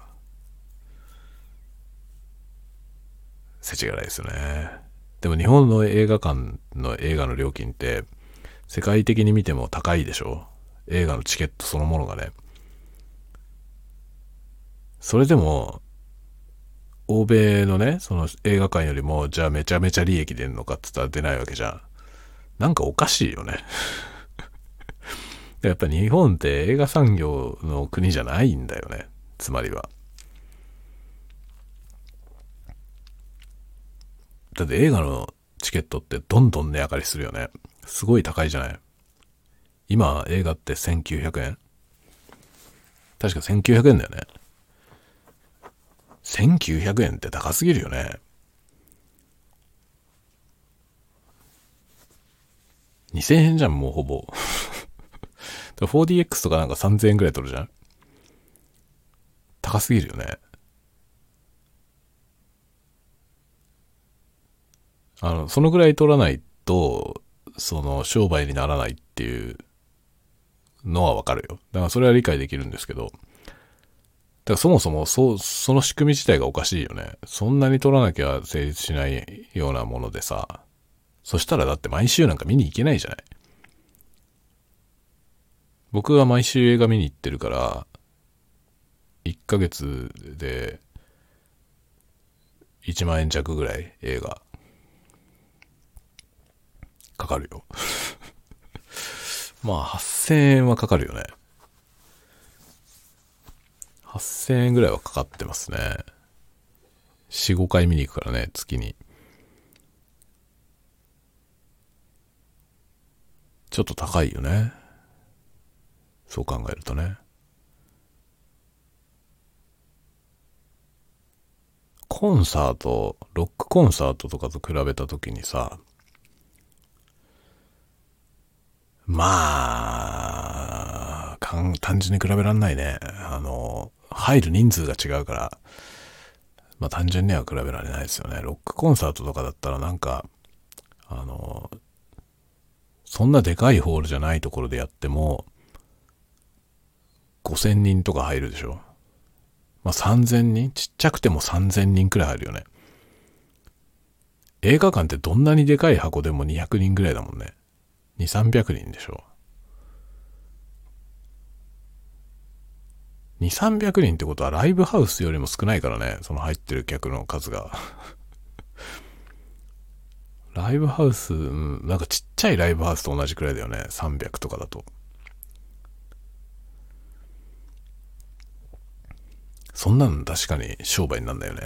世知辛いですよね。でも日本の映画館の映画の料金って世界的に見ても高いでしょ。映画のチケットそのものがね。それでも欧米のね、その映画館よりもじゃあめちゃめちゃ利益出るのかって言ったら出ないわけじゃん。なんかおかしいよね。やっぱ日本って映画産業の国じゃないんだよね。つまりは。だって映画のチケットってどんどん値上がりするよね。すごい高いじゃない。今映画ってせんきゅうひゃくえん？確かせんきゅうひゃくえんだよね。せんきゅうひゃくえんって高すぎるよね。にせんえんじゃん、もうほぼ。フォーディーエックス とかなんかさんぜんえんくらい取るじゃん。高すぎるよね。あの、そのぐらい取らないと、 その商売にならないっていうのはわかるよ。だからそれは理解できるんですけど、だからそもそもそう、その仕組み自体がおかしいよね。そんなに取らなきゃ成立しないようなものでさ、そしたらだって毎週なんか見に行けないじゃない。僕は毎週映画見に行ってるから、いっかげつでいちまんえん弱ぐらい映画かかるよ。まあはっせんえんはかかるよね。はっせんえんぐらいはかかってますね。よん、ごかい見に行くからね、月に。ちょっと高いよね。そう考えるとね。コンサート、ロックコンサートとかと比べたときにさ、まあ、単純に比べらんないね。あの、入る人数が違うから、まあ単純には比べられないですよね。ロックコンサートとかだったらなんか、あの、そんなでかいホールじゃないところでやっても、ごせんにんとか入るでしょ。まあさんぜんにん、ちっちゃくてもさんぜんにんくらい入るよね。映画館ってどんなにでかい箱でもにひゃくにんぐらいだもんね。にせんさんびゃくにんでしょ。にせんさんびゃくにんってことはライブハウスよりも少ないからね、その入ってる客の数が。ライブハウス、うん、なんかちっちゃいライブハウスと同じくらいだよね、さんびゃくとかだと。そんなの確かに商売になんだよね。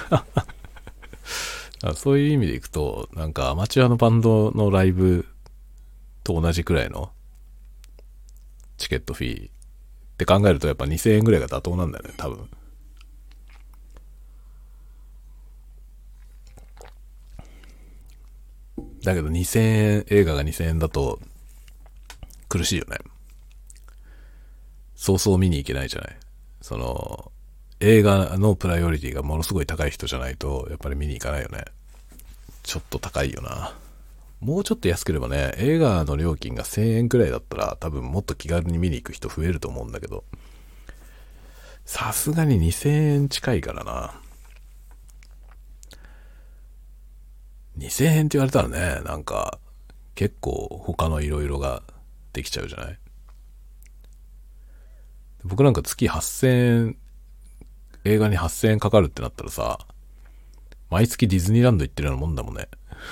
そういう意味でいくと、なんかアマチュアのバンドのライブと同じくらいのチケットフィーって考えるとやっぱにせんえんぐらいが妥当なんだよね、多分。だけどにせんえん、映画がにせんえんだと苦しいよね。そうそう見に行けないじゃない。その、映画のプライオリティがものすごい高い人じゃないと、やっぱり見に行かないよね。ちょっと高いよな。もうちょっと安ければね、映画の料金がせんえんくらいだったら多分もっと気軽に見に行く人増えると思うんだけど、さすがににせんえん近いからな。にせんえんって言われたらね、なんか結構他の色々ができちゃうじゃない。僕なんか月はっせんえん、映画にはっせんえんかかるってなったらさ、毎月ディズニーランド行ってるようなもんだもんね。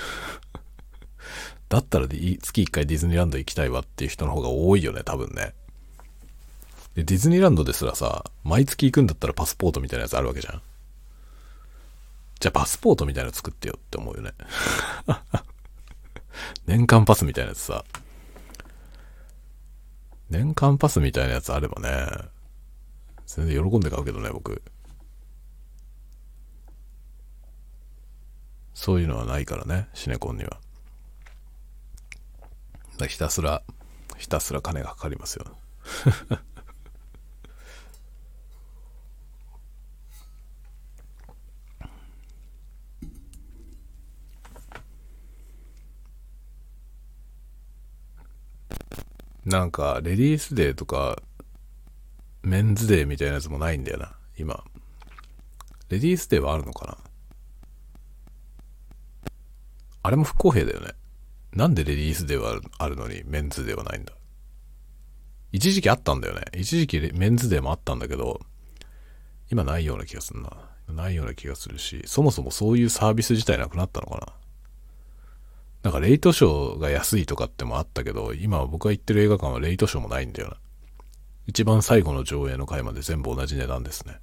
だったら月いっかいディズニーランド行きたいわっていう人の方が多いよね、多分ね。で、ディズニーランドですらさ、毎月行くんだったらパスポートみたいなやつあるわけじゃん。じゃあパスポートみたいなの作ってよって思うよね。年間パスみたいなやつさ。年間パスみたいなやつあればね、全然喜んで買うけどね、僕。そういうのはないからね、シネコンには。だひたすら、ひたすら金がかかりますよ。なんか、レディースデーとか、メンズデーみたいなやつもないんだよな、今。レディースデーはあるのかな。あれも不公平だよね。なんでレディースデーはあるのにメンズデーはないんだ。一時期あったんだよね。一時期メンズデーもあったんだけど、今ないような気がするな。ないような気がするし、そもそもそういうサービス自体なくなったのかな。なんかレイトショーが安いとかってもあったけど、今僕が行ってる映画館はレイトショーもないんだよな。一番最後の上映の回まで全部同じ値段ですね。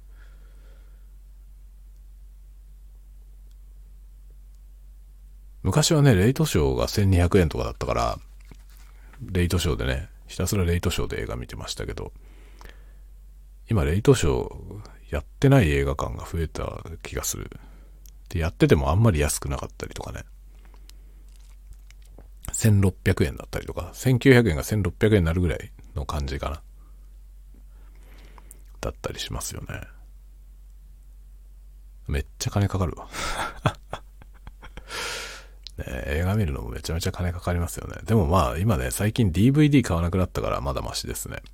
昔はね、レイトショーがせんにひゃくえんとかだったから、レイトショーでね、ひたすらレイトショーで映画見てましたけど、今レイトショーやってない映画館が増えた気がする。で、やっててもあんまり安くなかったりとかね。せんろっぴゃくえんだったりとか、せんきゅうひゃくえんがせんろっぴゃくえんになるぐらいの感じかな。だったりしますよね。めっちゃ金かかるわ。ね、映画画見るのもめちゃめちゃ金かかりますよね。でもまあ今ね、最近 ディーブイディー 買わなくなったからまだマシですね。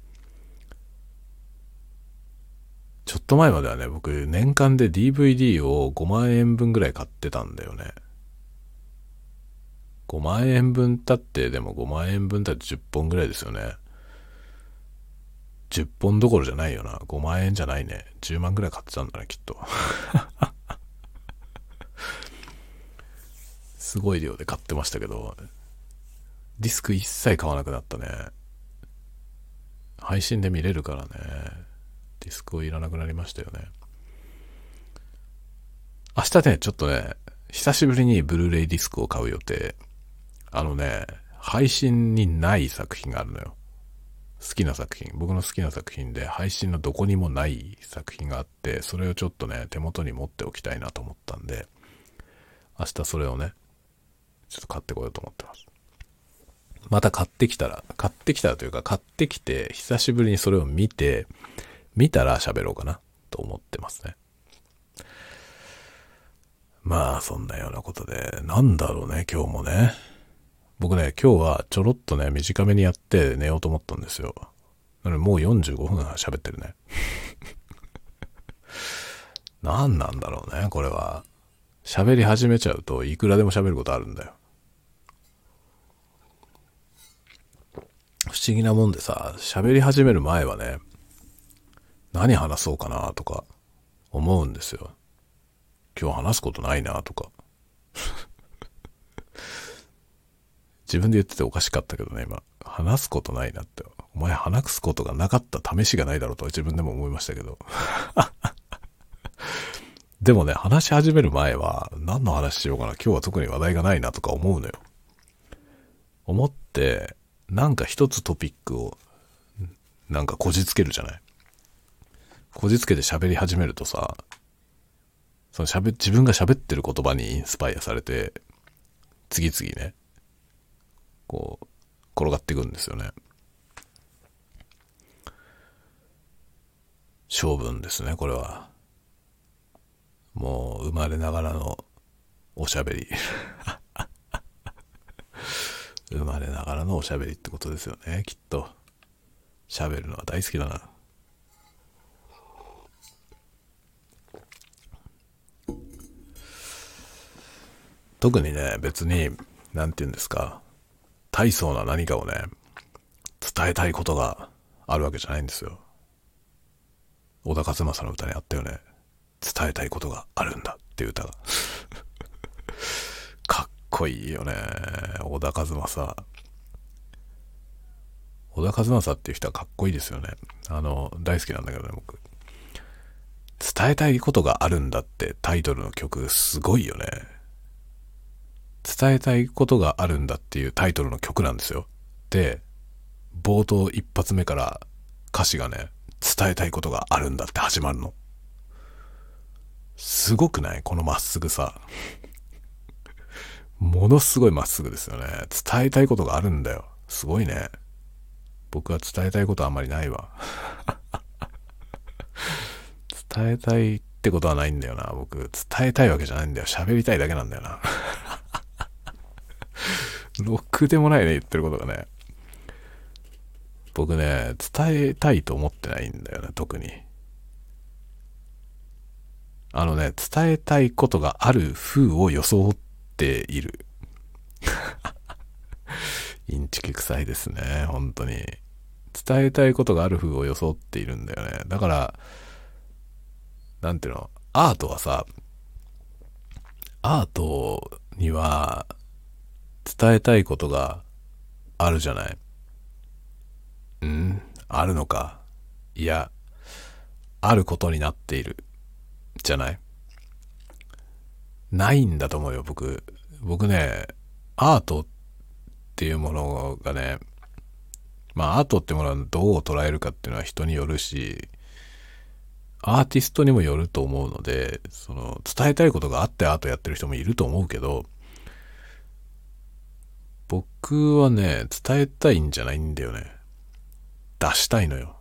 ちょっと前まではね、僕年間で ディーブイディー をごまんえんぶんぐらい買ってたんだよね。ごまんえんぶんたって、でもごまんえんぶんたってじゅっぽんぐらいですよね。じゅっぽんどころじゃないよな。ごまんえんじゃないね。じゅうまんぐらい買ってたんだね、きっと。すごい量で買ってましたけど、ディスク一切買わなくなったね。配信で見れるからね。ディスクをいらなくなりましたよね。明日ね、ちょっとね、久しぶりにブルーレイディスクを買う予定。あのね、配信にない作品があるのよ。好きな作品。僕の好きな作品で配信のどこにもない作品があって、それをちょっとね、手元に持っておきたいなと思ったんで、明日それをね、ちょっと買ってこようと思ってます。また買ってきたら、買ってきたらというか、買ってきて、久しぶりにそれを見て、見たら喋ろうかなと思ってますね。まあ、そんなようなことで、なんだろうね、今日もね。僕ね、今日はちょろっとね、短めにやって寝ようと思ったんですよ。なのでもうよんじゅうごふん喋ってるね。何なんだろうね、これは。喋り始めちゃうと、いくらでも喋ることあるんだよ。不思議なもんでさ、喋り始める前はね、何話そうかなとか思うんですよ。今日話すことないなとか。自分で言ってておかしかったけどね、今。話すことないなって。お前話すことがなかった試しがないだろうとは自分でも思いましたけど。でもね、話し始める前は、何の話しようかな、今日は特に話題がないなとか思うのよ。思って、なんか一つトピックを、なんかこじつけるじゃない。こじつけて喋り始めるとさ、その喋、自分が喋ってる言葉にインスパイアされて、次々ね、こう、転がっていくんですよね。性分ですね、これは。もう、生まれながらのおしゃべり。生まれながらのおしゃべりってことですよね、きっと。喋るのは大好きだな。特にね、別に、なんて言うんですか、大層な何かをね、伝えたいことがあるわけじゃないんですよ。小田和正の歌にあったよね。伝えたいことがあるんだっていう歌が。かっこいいよね。小田和正。小田和正っていう人はかっこいいですよね。あの、大好きなんだけどね、僕。伝えたいことがあるんだってタイトルの曲すごいよね。伝えたいことがあるんだっていうタイトルの曲なんですよ。で、冒頭一発目から歌詞がね、伝えたいことがあるんだって始まるの。すごくない？このまっすぐさ。ものすごいまっすぐですよね。伝えたいことがあるんだよ。すごいね。僕は伝えたいことあんまりないわ。伝えたいってことはないんだよな。僕、伝えたいわけじゃないんだよ。喋りたいだけなんだよな。ろくでもないね、言ってることがね。僕ね、伝えたいと思ってないんだよね、特に。あのね、伝えたいことがある風を装っている。インチキ臭いですね、本当に。伝えたいことがある風を装っているんだよね。だから、なんていうの、アートはさ、アートには伝えたいことがあるじゃない。うんあるのか。いや、あることになっている。じゃないないんだと思うよ、僕。僕ね、アートっていうものがね、まあアートってものはどう捉えるかっていうのは人によるし、アーティストにもよると思うので、その伝えたいことがあってアートやってる人もいると思うけど、僕はね、伝えたいんじゃないんだよね。出したいのよ。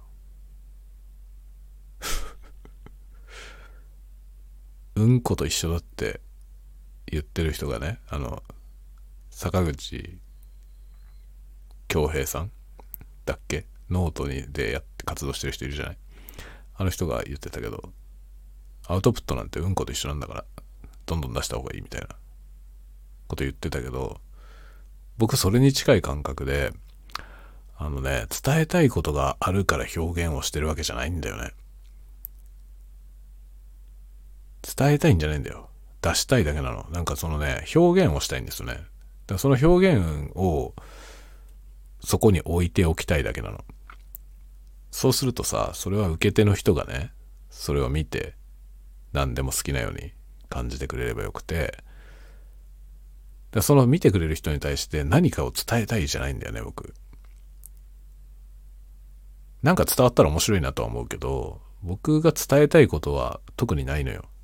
うんこと一緒だって言ってる人がね、あの、 坂口恭平さんだっけ、ノートにでやって活動してる人いるじゃない。あの人が言ってたけど、アウトプットなんてうんこと一緒なんだからどんどん出した方がいいみたいなこと言ってたけど、僕それに近い感覚で、あのね、伝えたいことがあるから表現をしてるわけじゃないんだよね。伝えたいんじゃないんだよ。出したいだけなの。なんかそのね、表現をしたいんですよね。だからその表現をそこに置いておきたいだけなの。そうするとさ、それは受け手の人がね、それを見て何でも好きなように感じてくれればよくて、でその見てくれる人に対して何かを伝えたいじゃないんだよね、僕。なんか伝わったら面白いなとは思うけど、僕が伝えたいことは特にないのよ。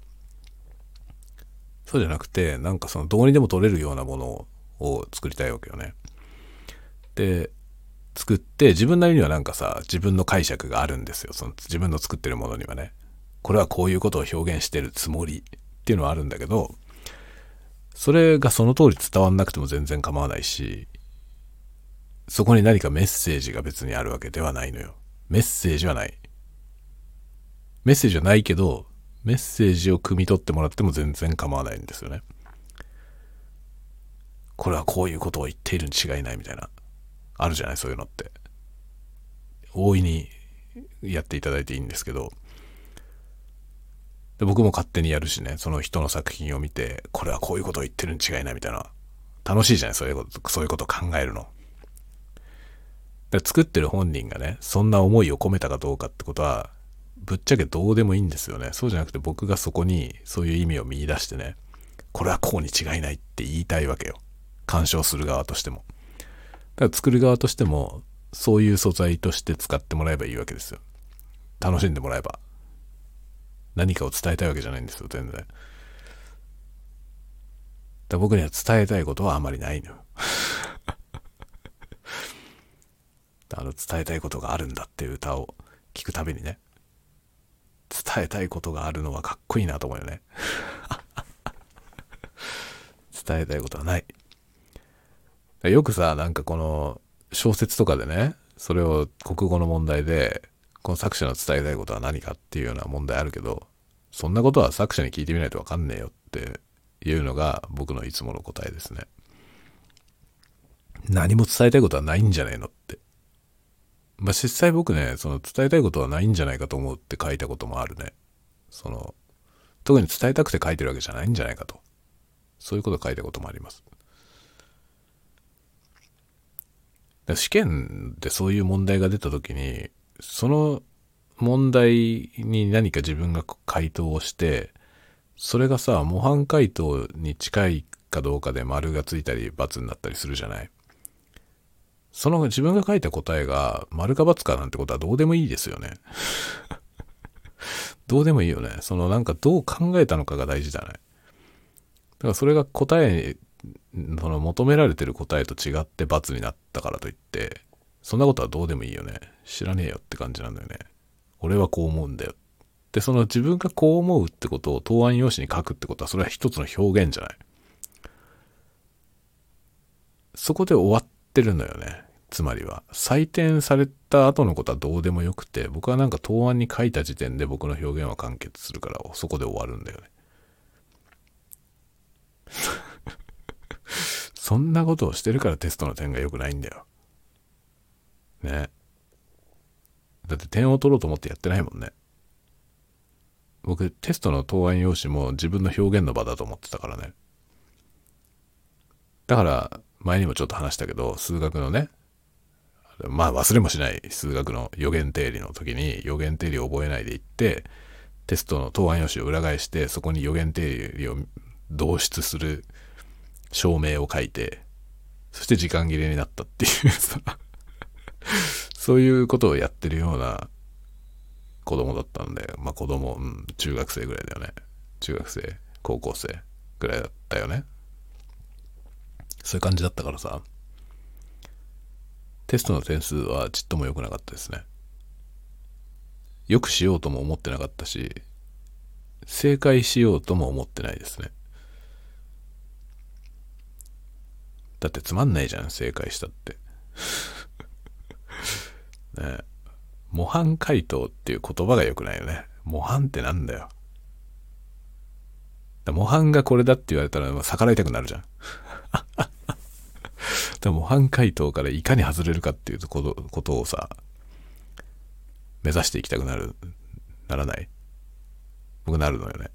そうじゃなくて、なんかそのどうにでも取れるようなものを作りたいわけよね。で、作って自分なりにはなんかさ、自分の解釈があるんですよ。その自分の作ってるものにはね。これはこういうことを表現してるつもりっていうのはあるんだけど、それがその通り伝わんなくても全然構わないし、そこに何かメッセージが別にあるわけではないのよ。メッセージはない。メッセージはないけど、メッセージを汲み取ってもらっても全然構わないんですよね。これはこういうことを言っているに違いないみたいな。あるじゃない、そういうのって。大いにやっていただいていいんですけど、で僕も勝手にやるしね、その人の作品を見て、これはこういうことを言ってるに違いないみたいな。楽しいじゃない、そういうこと、そういうことを考えるの。で作ってる本人がね、そんな思いを込めたかどうかってことは、ぶっちゃけどうでもいいんですよね。そうじゃなくて僕がそこにそういう意味を見出してね、これはこうに違いないって言いたいわけよ。鑑賞する側としても。だから作る側としても、そういう素材として使ってもらえばいいわけですよ。楽しんでもらえば。何かを伝えたいわけじゃないんですよ、全然。だから僕には伝えたいことはあまりないのよ。あの伝えたいことがあるんだっていう歌を聞くたびにね、伝えたいことがあるのはかっこいいなと思うよね。伝えたいことはない。よくさ、なんかこの小説とかでね、それを国語の問題で、この作者の伝えたいことは何かっていうような問題あるけど、そんなことは作者に聞いてみないとわかんねえよっていうのが僕のいつもの答えですね。何も伝えたいことはないんじゃねえのって。まあ、実際僕ね、その伝えたいことはないんじゃないかと思うって書いたこともあるね。その、特に伝えたくて書いてるわけじゃないんじゃないかと。そういうこと書いたこともあります。試験でそういう問題が出たときに、その問題に何か自分が回答をして、それがさ、模範解答に近いかどうかで丸がついたり×になったりするじゃない。その自分が書いた答えが丸か×かなんてことはどうでもいいですよね。どうでもいいよね。そのなんかどう考えたのかが大事だね。だからそれが答え、その求められてる答えと違って×になったからといって、そんなことはどうでもいいよね。知らねえよって感じなんだよね。俺はこう思うんだよ。で、その自分がこう思うってことを答案用紙に書くってことは、それは一つの表現じゃない。そこで終わってるのよね。つまりは採点された後のことはどうでもよくて、僕はなんか答案に書いた時点で僕の表現は完結するから、そこで終わるんだよね。そんなことをしてるからテストの点が良くないんだよね。だって点を取ろうと思ってやってないもんね。僕テストの答案用紙も自分の表現の場だと思ってたからね。だから前にもちょっと話したけど、数学のね、まあ忘れもしない数学の予言定理の時に予言定理を覚えないでいって、テストの答案用紙を裏返して、そこに予言定理を導出する証明を書いて、そして時間切れになったっていうさそういうことをやってるような子供だったんで、まあ子供、うん、中学生ぐらいだよね。中学生、高校生ぐらいだったよね。そういう感じだったからさ、テストの点数はちっとも良くなかったですね。よくしようとも思ってなかったし、正解しようとも思ってないですね。 だってつまんないじゃん、正解したって。ね、模範解答っていう言葉が良くないよね。模範ってなんだよ。だ模範がこれだって言われたら逆らいたくなるじゃん。だ模範解答からいかに外れるかっていうこと、ことをさ、目指していきたくなる、ならない？僕なるのよね。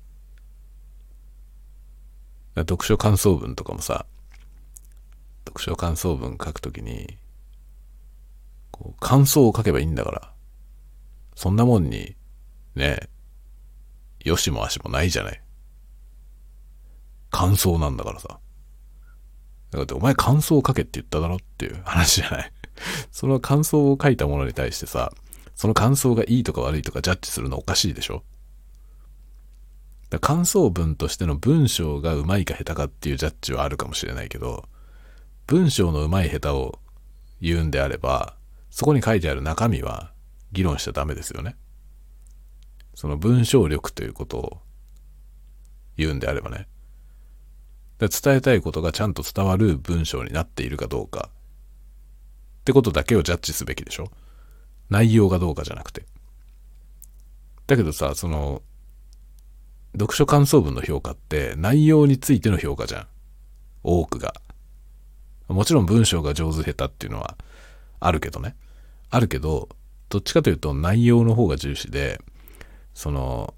読書感想文とかもさ、読書感想文書くときに、こう感想を書けばいいんだから、そんなもんに、ね、よしもあしもないじゃない。感想なんだからさ。だからお前感想を書けって言っただろっていう話じゃない。その感想を書いたものに対してさ、その感想がいいとか悪いとかジャッジするのおかしいでしょ。だから感想文としての文章がうまいか下手かっていうジャッジはあるかもしれないけど、文章のうまい下手を言うんであれば、そこに書いてある中身は議論しちゃダメですよね。その文章力ということを言うんであればね。で伝えたいことがちゃんと伝わる文章になっているかどうかってことだけをジャッジすべきでしょ。内容がどうかじゃなくて。だけどさ、その読書感想文の評価って内容についての評価じゃん。多くが。もちろん文章が上手下手っていうのはあるけどね。あるけど、どっちかというと内容の方が重視で、その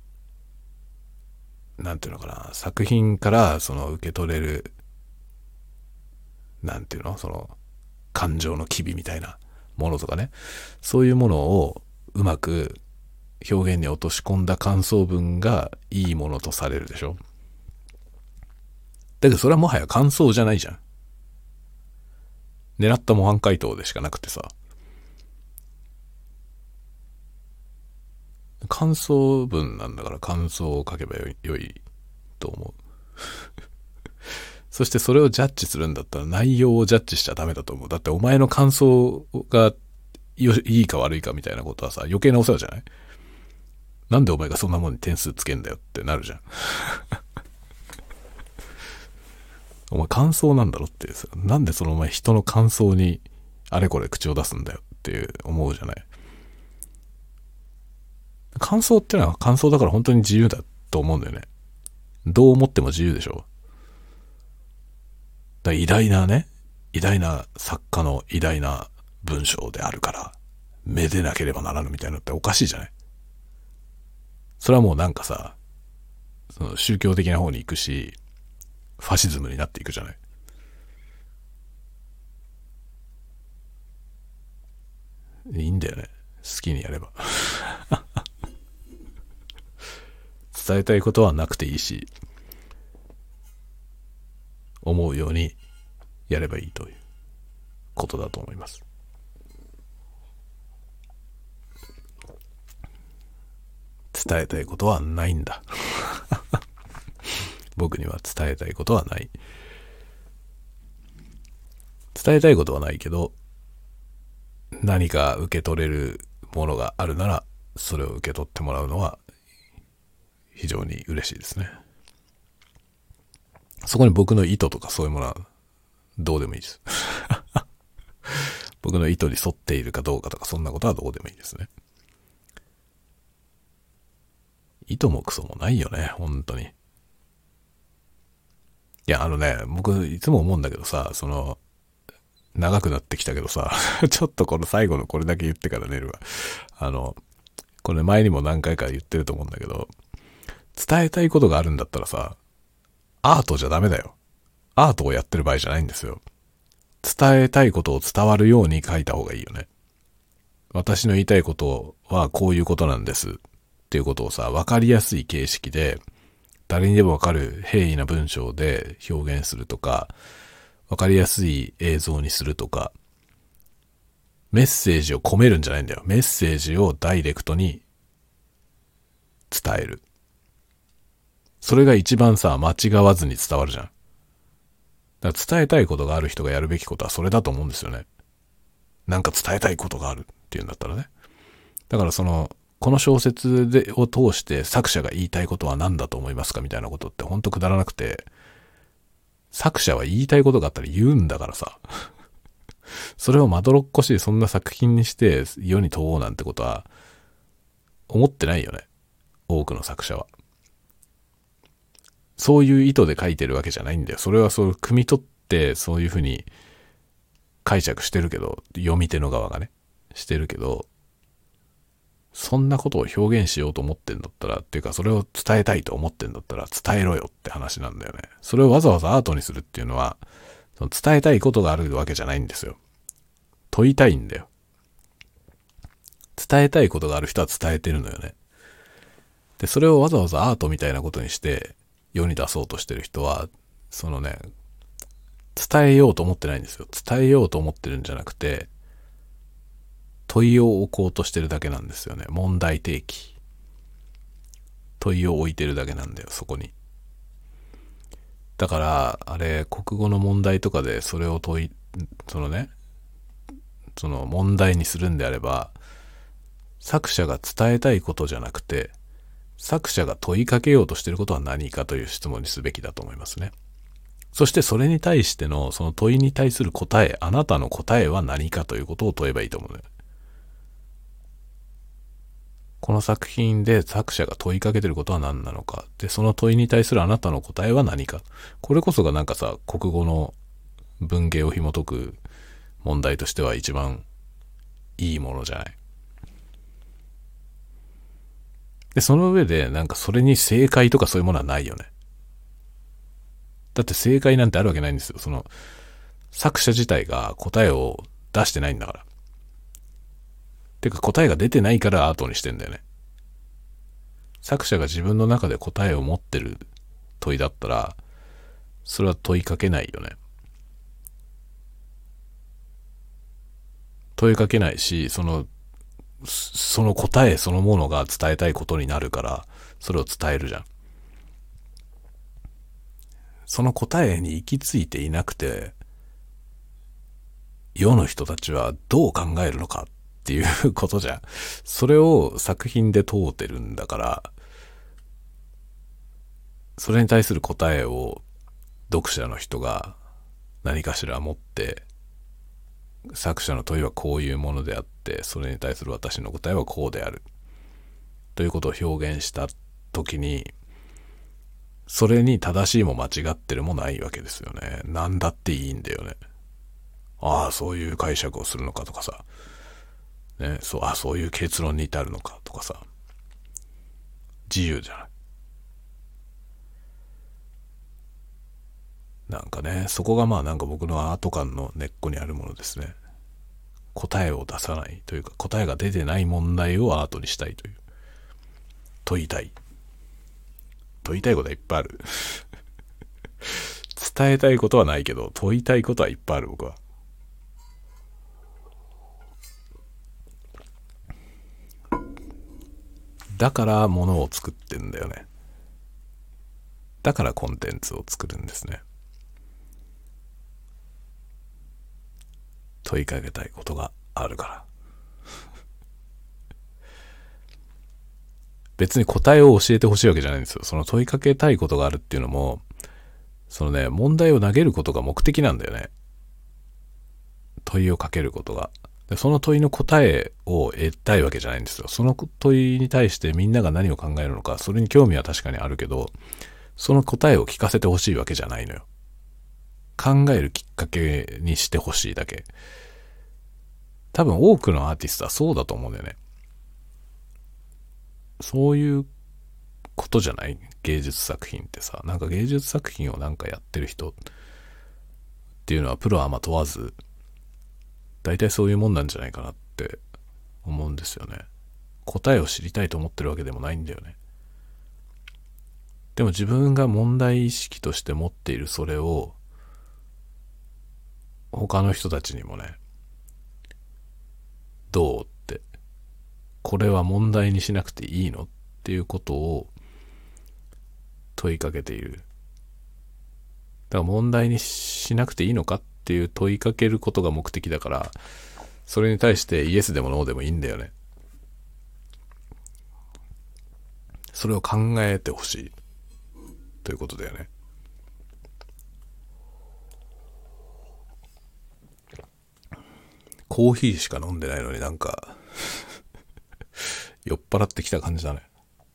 なんていうのかな、作品からその受け取れる、なんていうの、その感情の機微みたいなものとかね、そういうものをうまく表現に落とし込んだ感想文がいいものとされるでしょ。だけどそれはもはや感想じゃないじゃん。狙った模範解答でしかなくてさ、感想文なんだから感想を書けばよい、よいと思う。そしてそれをジャッジするんだったら内容をジャッジしちゃダメだと思う。だってお前の感想がよいいか悪いかみたいなことはさ、余計なお世話じゃない？なんでお前がそんなもんに点数つけんだよってなるじゃん。お前感想なんだろってさ、なんでそのお前人の感想にあれこれ口を出すんだよっていう思うじゃない。感想ってのは感想だから本当に自由だと思うんだよね。どう思っても自由でしょ。だから偉大なね、偉大な作家の偉大な文章であるから、めでなければならぬみたいなのっておかしいじゃない。それはもうなんかさ、その宗教的な方に行くし、ファシズムになっていくじゃない。いいんだよね。好きにやれば。伝えたいことはなくていいし、思うようにやればいいということだと思います。伝えたいことはないんだ。僕には伝えたいことはない。伝えたいことはないけど、何か受け取れるものがあるなら、それを受け取ってもらうのは非常に嬉しいですね。そこに僕の意図とかそういうものはどうでもいいです。僕の意図に沿っているかどうかとかそんなことはどうでもいいですね。意図もクソもないよね、本当に。いや、あのね、僕いつも思うんだけどさ、その、長くなってきたけどさ、ちょっとこの最後のこれだけ言ってから寝るわ。あの、これ前にも何回か言ってると思うんだけど、伝えたいことがあるんだったらさ、アートじゃダメだよ。アートをやってる場合じゃないんですよ。伝えたいことを伝わるように書いた方がいいよね。私の言いたいことはこういうことなんですっていうことをさ、わかりやすい形式で、誰にでもわかる平易な文章で表現するとか、わかりやすい映像にするとか、メッセージを込めるんじゃないんだよ。メッセージをダイレクトに伝える。それが一番さ、間違わずに伝わるじゃん。だから伝えたいことがある人がやるべきことはそれだと思うんですよね。なんか伝えたいことがあるっていうんだったらね。だからその、この小説でを通して作者が言いたいことは何だと思いますかみたいなことってほんとくだらなくて、 作者は言いたいことがあったら言うんだからさ。それをまどろっこしいそんな作品にして世に問おうなんてことは思ってないよね。多くの作者は。そういう意図で書いてるわけじゃないんだよ。それはそう、汲み取ってそういうふうに解釈してるけど、読み手の側がね、してるけど、そんなことを表現しようと思ってんだったら、っていうかそれを伝えたいと思ってんだったら伝えろよって話なんだよね。それをわざわざアートにするっていうのは、その伝えたいことがあるわけじゃないんですよ。問いたいんだよ。伝えたいことがある人は伝えてるのよね。で、それをわざわざアートみたいなことにして世に出そうとしてる人は、そのね、伝えようと思ってないんですよ。伝えようと思ってるんじゃなくて、問いを置こうとしてるだけなんですよね。問題提起。問いを置いてるだけなんだよ、そこに。だから、あれ、国語の問題とかでそれを問い、そのね、その問題にするんであれば、作者が伝えたいことじゃなくて、作者が問いかけようとしていることは何かという質問にすべきだと思いますね。そしてそれに対しての、その問いに対する答え、あなたの答えは何かということを問えばいいと思うのよ。この作品で作者が問いかけてることは何なのか。で、その問いに対するあなたの答えは何か。これこそがなんかさ、国語の文芸を紐解く問題としては一番いいものじゃない。で、その上でなんかそれに正解とかそういうものはないよね。だって正解なんてあるわけないんですよ。その作者自体が答えを出してないんだから。てか答えが出てないからアートにしてんだよね。作者が自分の中で答えを持ってる問いだったら、それは問いかけないよね。問いかけないし、その、その答えそのものが伝えたいことになるから、それを伝えるじゃん。その答えに行き着いていなくて、世の人たちはどう考えるのかっていうことじゃん。それを作品で問うてるんだから、それに対する答えを読者の人が何かしら持って、作者の問いはこういうものであって、それに対する私の答えはこうである。ということを表現したときに、それに正しいも間違ってるもないわけですよね。なんだっていいんだよね。ああ、そういう解釈をするのかとかさ。ね、そう、ああ、そういう結論に至るのかとかさ。自由じゃない。なんかね、そこがまあなんか僕のアート感の根っこにあるものですね。答えを出さないというか、答えが出てない問題をアートにしたいという。問いたい。問いたいことはいっぱいある。伝えたいことはないけど、問いたいことはいっぱいある僕は。だから物を作ってんだよね。だからコンテンツを作るんですね。問いかけたいことがあるから。別に答えを教えてほしいわけじゃないんですよ。その問いかけたいことがあるっていうのも、そのね、問題を投げることが目的なんだよね。問いをかけることが。でその問いの答えを得たいわけじゃないんですよ。その問いに対してみんなが何を考えるのか、それに興味は確かにあるけど、その答えを聞かせてほしいわけじゃないのよ。考えるきっかけにしてほしいだけ。多分多くのアーティストはそうだと思うんだよね。そういうことじゃない？芸術作品ってさ、なんか芸術作品をなんかやってる人っていうのはプロアマ問わず、大体そういうもんなんじゃないかなって思うんですよね。答えを知りたいと思ってるわけでもないんだよね。でも自分が問題意識として持っているそれを他の人たちにもね、どうって、これは問題にしなくていいのっていうことを問いかけている。だから問題にしなくていいのかっていう問いかけることが目的だから、それに対してイエスでもノーでもいいんだよね。それを考えてほしいということだよね。 コーヒーしか飲んでないのになんか酔っ払ってきた感じだね。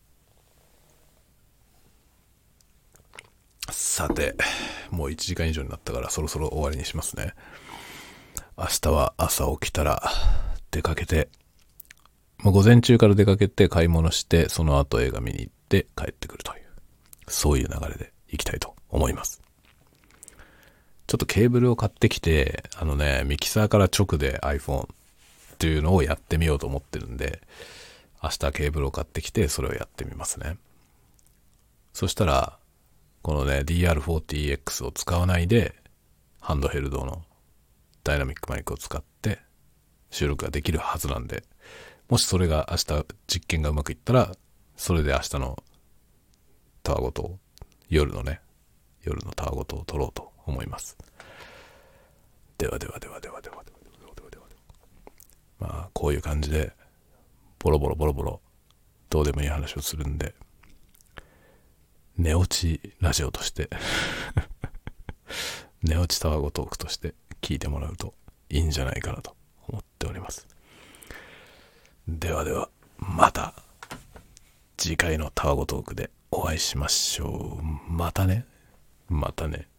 さて、もういちじかん以上になったからそろそろ終わりにしますね。明日は朝起きたら出かけて、もう午前中から出かけて買い物して、その後映画見に行って帰ってくるという、そういう流れで行きたいと思います。ちょっとケーブルを買ってきて、あのね、ミキサーから直で iPhone っていうのをやってみようと思ってるんで、明日ケーブルを買ってきてそれをやってみますね。そしたら、このね ディーアールフォーティーエックス を使わないでハンドヘルドのダイナミックマイクを使って収録ができるはずなんで、もしそれが明日実験がうまくいったら、それで明日のタワごとを、夜のね夜のタワごとを撮ろうと思います。ではではではではではではではではではでは、まあこういう感じでボロボロボロボロどうでもいい話をするんで、寝落ちラジオとして寝落ちタワゴトークとして聞いてもらうといいんじゃないかなと思っております。ではではまた次回のタワゴトークでお会いしましょう。またねまたね。